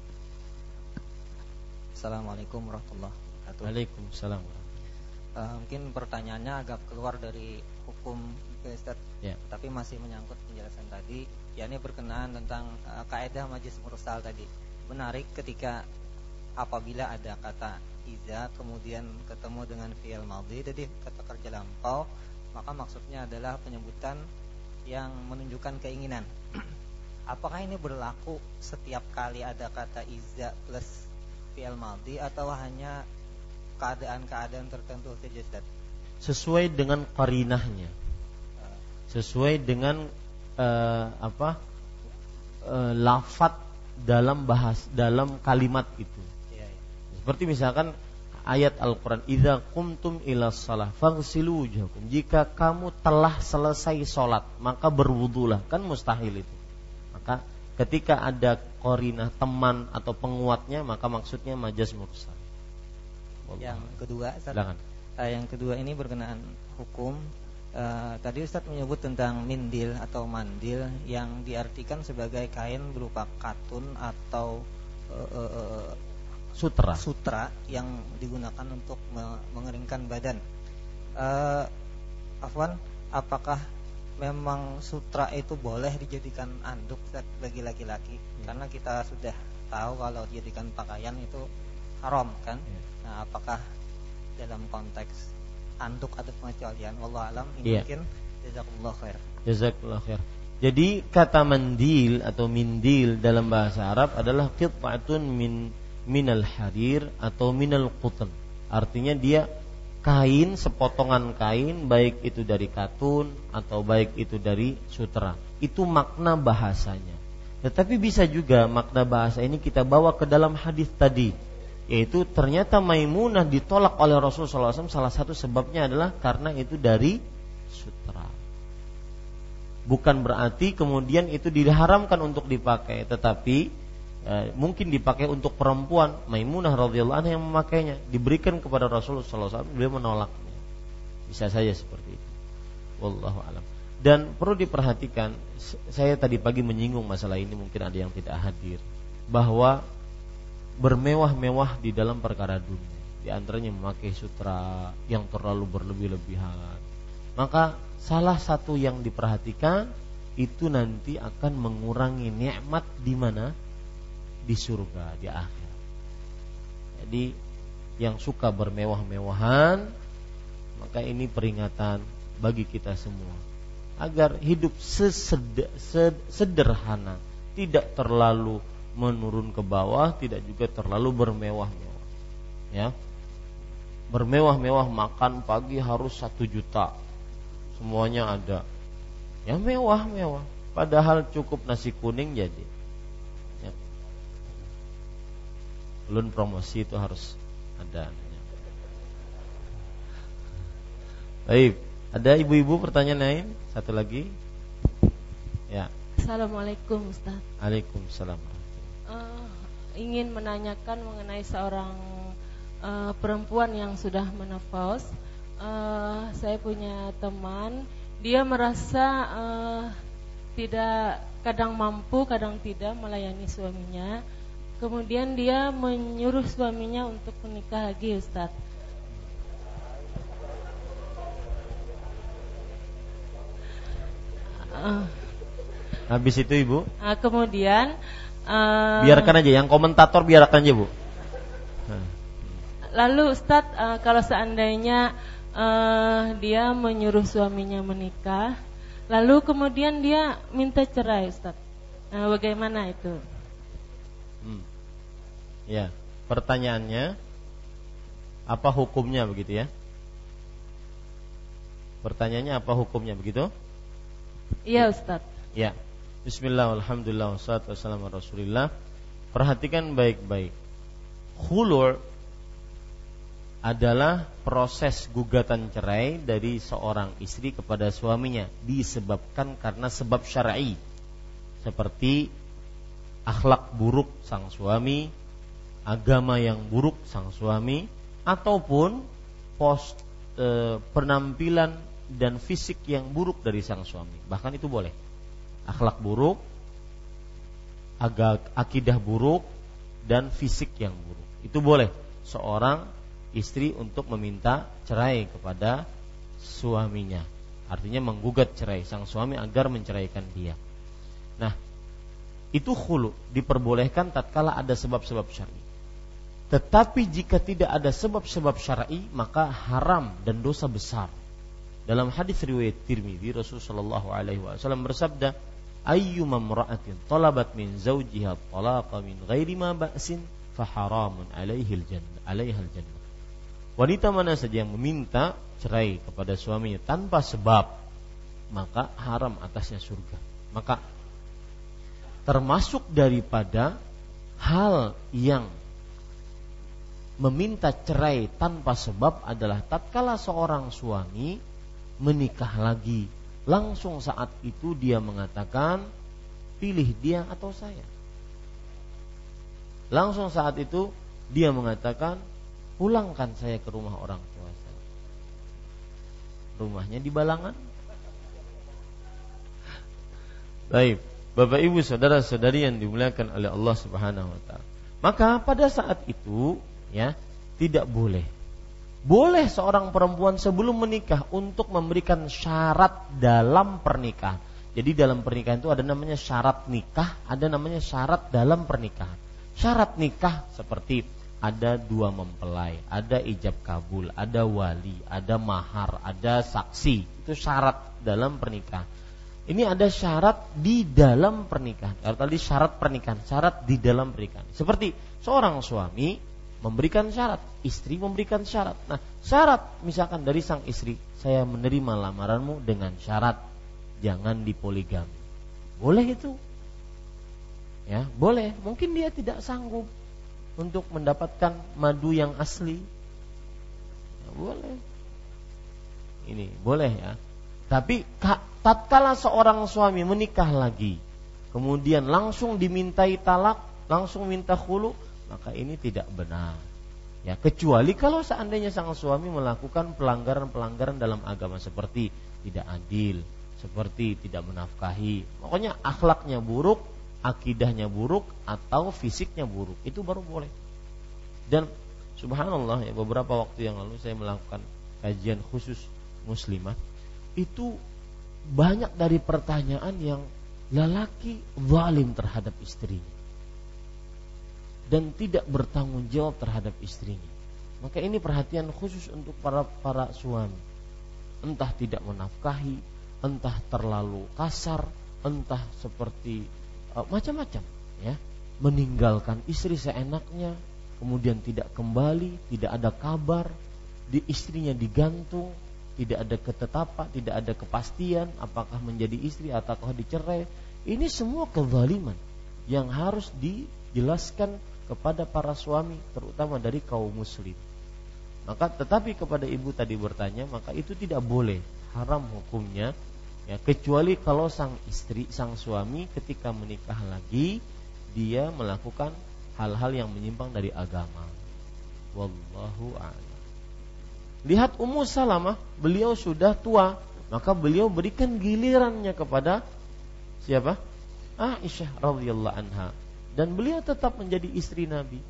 Assalamualaikum warahmatullahi wabarakatuh. Waalaikumsalam. Mungkin pertanyaannya agak keluar dari hukum Ustaz, ya. Tapi masih menyangkut penjelasan tadi, yakni berkenaan tentang kaidah majlis mursal tadi. Menarik ketika apabila ada kata iza kemudian ketemu dengan fi'il madhi, jadi kata kerja lampau, maka maksudnya adalah penyebutan yang menunjukkan keinginan. Apakah ini berlaku setiap kali ada kata iza plus fi'il madhi atau hanya keadaan-keadaan tertentu saja, Ustaz? Sesuai dengan qarinahnya, sesuai dengan lafaz dalam kalimat itu. Seperti misalkan ayat Al-Quran, idza qumtum ila shalah faghsilu wujuhakum. Jika kamu telah selesai sholat, maka berwudulah. Kan mustahil itu. Maka ketika ada qarinah teman atau penguatnya, maka maksudnya majaz mursal. Yang kedua, silakan. Yang kedua ini berkenaan hukum. Tadi Ustaz menyebut tentang mindil atau mandil yang diartikan sebagai kain berupa katun atau sutra yang digunakan untuk mengeringkan badan. Apakah memang sutra itu boleh dijadikan anduk bagi laki-laki? Karena kita sudah tahu kalau dijadikan pakaian itu haram kan? Nah, apakah dalam konteks anduk ada pengecualian? Wallahu alam. Ini mungkin jazakumullah khair. Jazakumullah khair. Jadi kata mandil atau mindil dalam bahasa Arab adalah qit'atun minal harir atau minal qutn. Artinya dia kain, sepotongan kain, baik itu dari katun atau baik itu dari sutra. Itu makna bahasanya. Tetapi bisa juga makna bahasa ini kita bawa ke dalam hadis tadi, yaitu ternyata Maimunah ditolak oleh Rasulullah SAW. Salah satu sebabnya adalah karena itu dari sutra. Bukan berarti kemudian itu diharamkan untuk dipakai, tetapi mungkin dipakai untuk perempuan. Maimunah radhiyallahu anha yang memakainya, diberikan kepada Rasulullah SAW, beliau menolaknya. Bisa saja seperti itu. Wallahu alam. Dan perlu diperhatikan, saya tadi pagi menyinggung masalah ini, mungkin ada yang tidak hadir, bahwa bermewah-mewah di dalam perkara dunia, di antaranya memakai sutra yang terlalu berlebih-lebihan, maka salah satu yang diperhatikan itu nanti akan mengurangi nikmat di mana? Di surga, di akhir. Jadi yang suka bermewah-mewahan, maka ini peringatan bagi kita semua agar hidup sederhana, tidak terlalu menurun ke bawah, tidak juga terlalu bermewah-mewah. Ya, bermewah-mewah, makan pagi harus 1 juta, semuanya ada. Ya mewah-mewah, padahal cukup nasi kuning jadi. Ya. Belum promosi itu harus ada. Baik, ada ibu-ibu pertanyaan lain? Satu lagi. Ya. Assalamualaikum Ustaz. Waalaikumsalam. Ingin menanyakan mengenai seorang perempuan yang sudah menopause. Saya punya teman, dia merasa tidak, kadang mampu, kadang tidak melayani suaminya. Kemudian dia menyuruh suaminya untuk menikah lagi, Ustaz. Habis itu Ibu? Kemudian biarkan aja, yang komentator biarkan aja Bu. Lalu Ustaz, kalau seandainya dia menyuruh suaminya menikah, lalu kemudian dia minta cerai, Ustaz, bagaimana itu? Ya, pertanyaannya apa hukumnya begitu ya? Pertanyaannya apa hukumnya begitu? Iya Ustaz. Ya. Bismillah, alhamdulillah, wassalatu wassalamu ala Rasulillah. Perhatikan baik-baik. Khulu' adalah proses gugatan cerai dari seorang istri kepada suaminya disebabkan karena sebab syar'i, seperti akhlak buruk sang suami, agama yang buruk sang suami, ataupun penampilan dan fisik yang buruk dari sang suami. Bahkan itu boleh. Akhlak buruk, akidah buruk, dan fisik yang buruk. Itu boleh seorang istri untuk meminta cerai kepada suaminya. Artinya menggugat cerai sang suami agar menceraikan dia. Nah, itu khulu, diperbolehkan tatkala ada sebab-sebab syar'i. Tetapi jika tidak ada sebab-sebab syar'i, maka haram dan dosa besar. Dalam hadis riwayat Tirmidzi, Rasulullah SAW bersabda, ayyuma imra'atin talabat min zawjiha talaqa min ghairi ma ba'sin fa haramun 'alaihal jannah. Wanita mana saja yang meminta cerai kepada suaminya tanpa sebab, maka haram atasnya surga. Maka termasuk daripada hal yang meminta cerai tanpa sebab adalah tatkala seorang suami menikah lagi, langsung saat itu dia mengatakan pilih dia atau saya. Langsung saat itu dia mengatakan pulangkan saya ke rumah orang tua saya. Rumahnya di Balangan. Baik, Bapak Ibu saudara-saudari yang dimuliakan oleh Allah Subhanahu wa taala. Maka pada saat itu ya, tidak boleh. Boleh seorang perempuan sebelum menikah untuk memberikan syarat dalam pernikahan. Jadi dalam pernikahan itu ada namanya syarat nikah, ada namanya syarat dalam pernikahan. Syarat nikah seperti ada 2 mempelai, ada ijab kabul, ada wali, ada mahar, ada saksi. Itu syarat dalam pernikahan. Ini ada syarat di dalam pernikahan. Kalau tadi syarat pernikahan, syarat di dalam pernikahan. Seperti seorang suami memberikan syarat, istri memberikan syarat. Nah, syarat misalkan dari sang istri, saya menerima lamaranmu dengan syarat jangan dipoligami. Boleh itu? Ya, boleh. Mungkin dia tidak sanggup untuk mendapatkan madu yang asli. Ya, boleh. Ini boleh ya. Tapi tatkala seorang suami menikah lagi, kemudian langsung dimintai talak, langsung minta khulu, maka ini tidak benar. Ya, kecuali kalau seandainya sang suami melakukan pelanggaran-pelanggaran dalam agama seperti tidak adil, seperti tidak menafkahi, pokoknya akhlaknya buruk, akidahnya buruk, atau fisiknya buruk, itu baru boleh. Dan subhanallah ya, beberapa waktu yang lalu saya melakukan kajian khusus muslimah. itu banyak dari pertanyaan yang lelaki zalim terhadap istrinya dan tidak bertanggung jawab terhadap istrinya. Maka ini perhatian khusus untuk para suami. Entah tidak menafkahi, entah terlalu kasar, entah seperti macam-macam, ya. Meninggalkan istri seenaknya, kemudian tidak kembali, tidak ada kabar, istrinya digantung, tidak ada ketetapan, tidak ada kepastian apakah menjadi istri ataukah dicerai. Ini semua kezaliman yang harus dijelaskan kepada para suami, terutama dari kaum muslim. Maka tetapi kepada ibu tadi bertanya, maka itu tidak boleh, haram hukumnya, ya, kecuali kalau sang istri, sang suami ketika menikah lagi dia melakukan hal-hal yang menyimpang dari agama. Wallahu a'lam. Lihat Ummu Salamah, beliau sudah tua, maka beliau berikan gilirannya kepada siapa? Aisyah radhiyallahu anha, dan beliau tetap menjadi istri Nabi.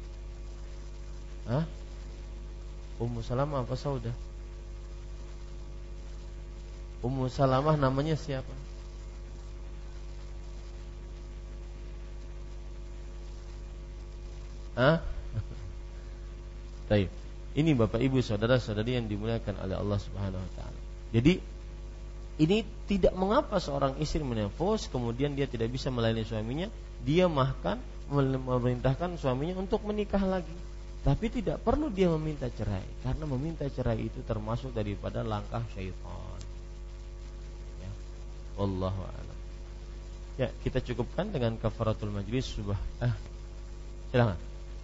Ummu Salamah apa Saudah? Ummu Salamah namanya siapa? Baik. Ini Bapak Ibu saudara-saudari yang dimuliakan oleh Allah Subhanahu wa taala. Jadi ini tidak mengapa seorang istri menafus kemudian dia tidak bisa melayani suaminya, dia bahkan memerintahkan suaminya untuk menikah lagi. Tapi tidak perlu dia meminta cerai, karena meminta cerai itu termasuk daripada langkah syaitan. Ya. Wallahu a'lam. Ya, kita cukupkan dengan kafaratul majlis. Silakan.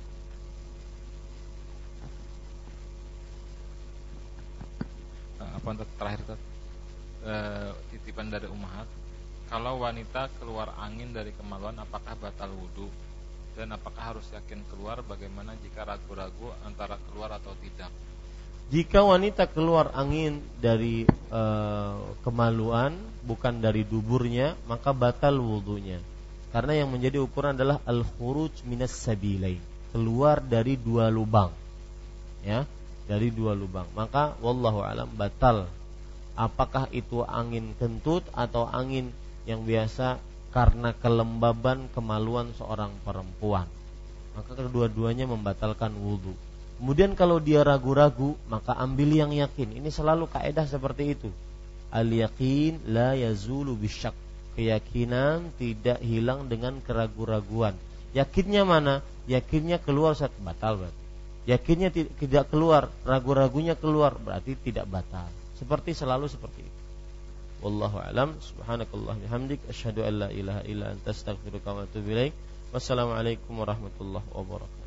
Untuk terakhir titipan dari Ummahat, kalau wanita keluar angin dari kemaluan apakah batal wudu, dan apakah harus yakin keluar, bagaimana jika ragu-ragu antara keluar atau tidak? Jika wanita keluar angin dari kemaluan bukan dari duburnya, maka batal wudunya, karena yang menjadi ukuran adalah al-khuruj minas sabilain, keluar dari dua lubang, ya, dari dua lubang. Maka wallahu alam batal. Apakah itu angin kentut atau angin yang biasa karena kelembaban kemaluan seorang perempuan, maka kedua-duanya membatalkan wudu. Kemudian kalau dia ragu-ragu, maka ambil yang yakin. Ini selalu kaidah seperti itu. Al-yaqin la yazulu bisyak. Keyakinan tidak hilang dengan keraguan-raguan. Yakinnya mana? Yakinnya keluar saat batal, berarti. Yakinnya tidak keluar, ragu-ragunya keluar, berarti tidak batal. Selalu seperti itu. Wallahu a'lam. Subhanakallah bihamdik, asyhadu an la ilaha illa anta, astaghfiruka wa atubu ilaik. Wassalamualaikum warahmatullahi wabarakatuh.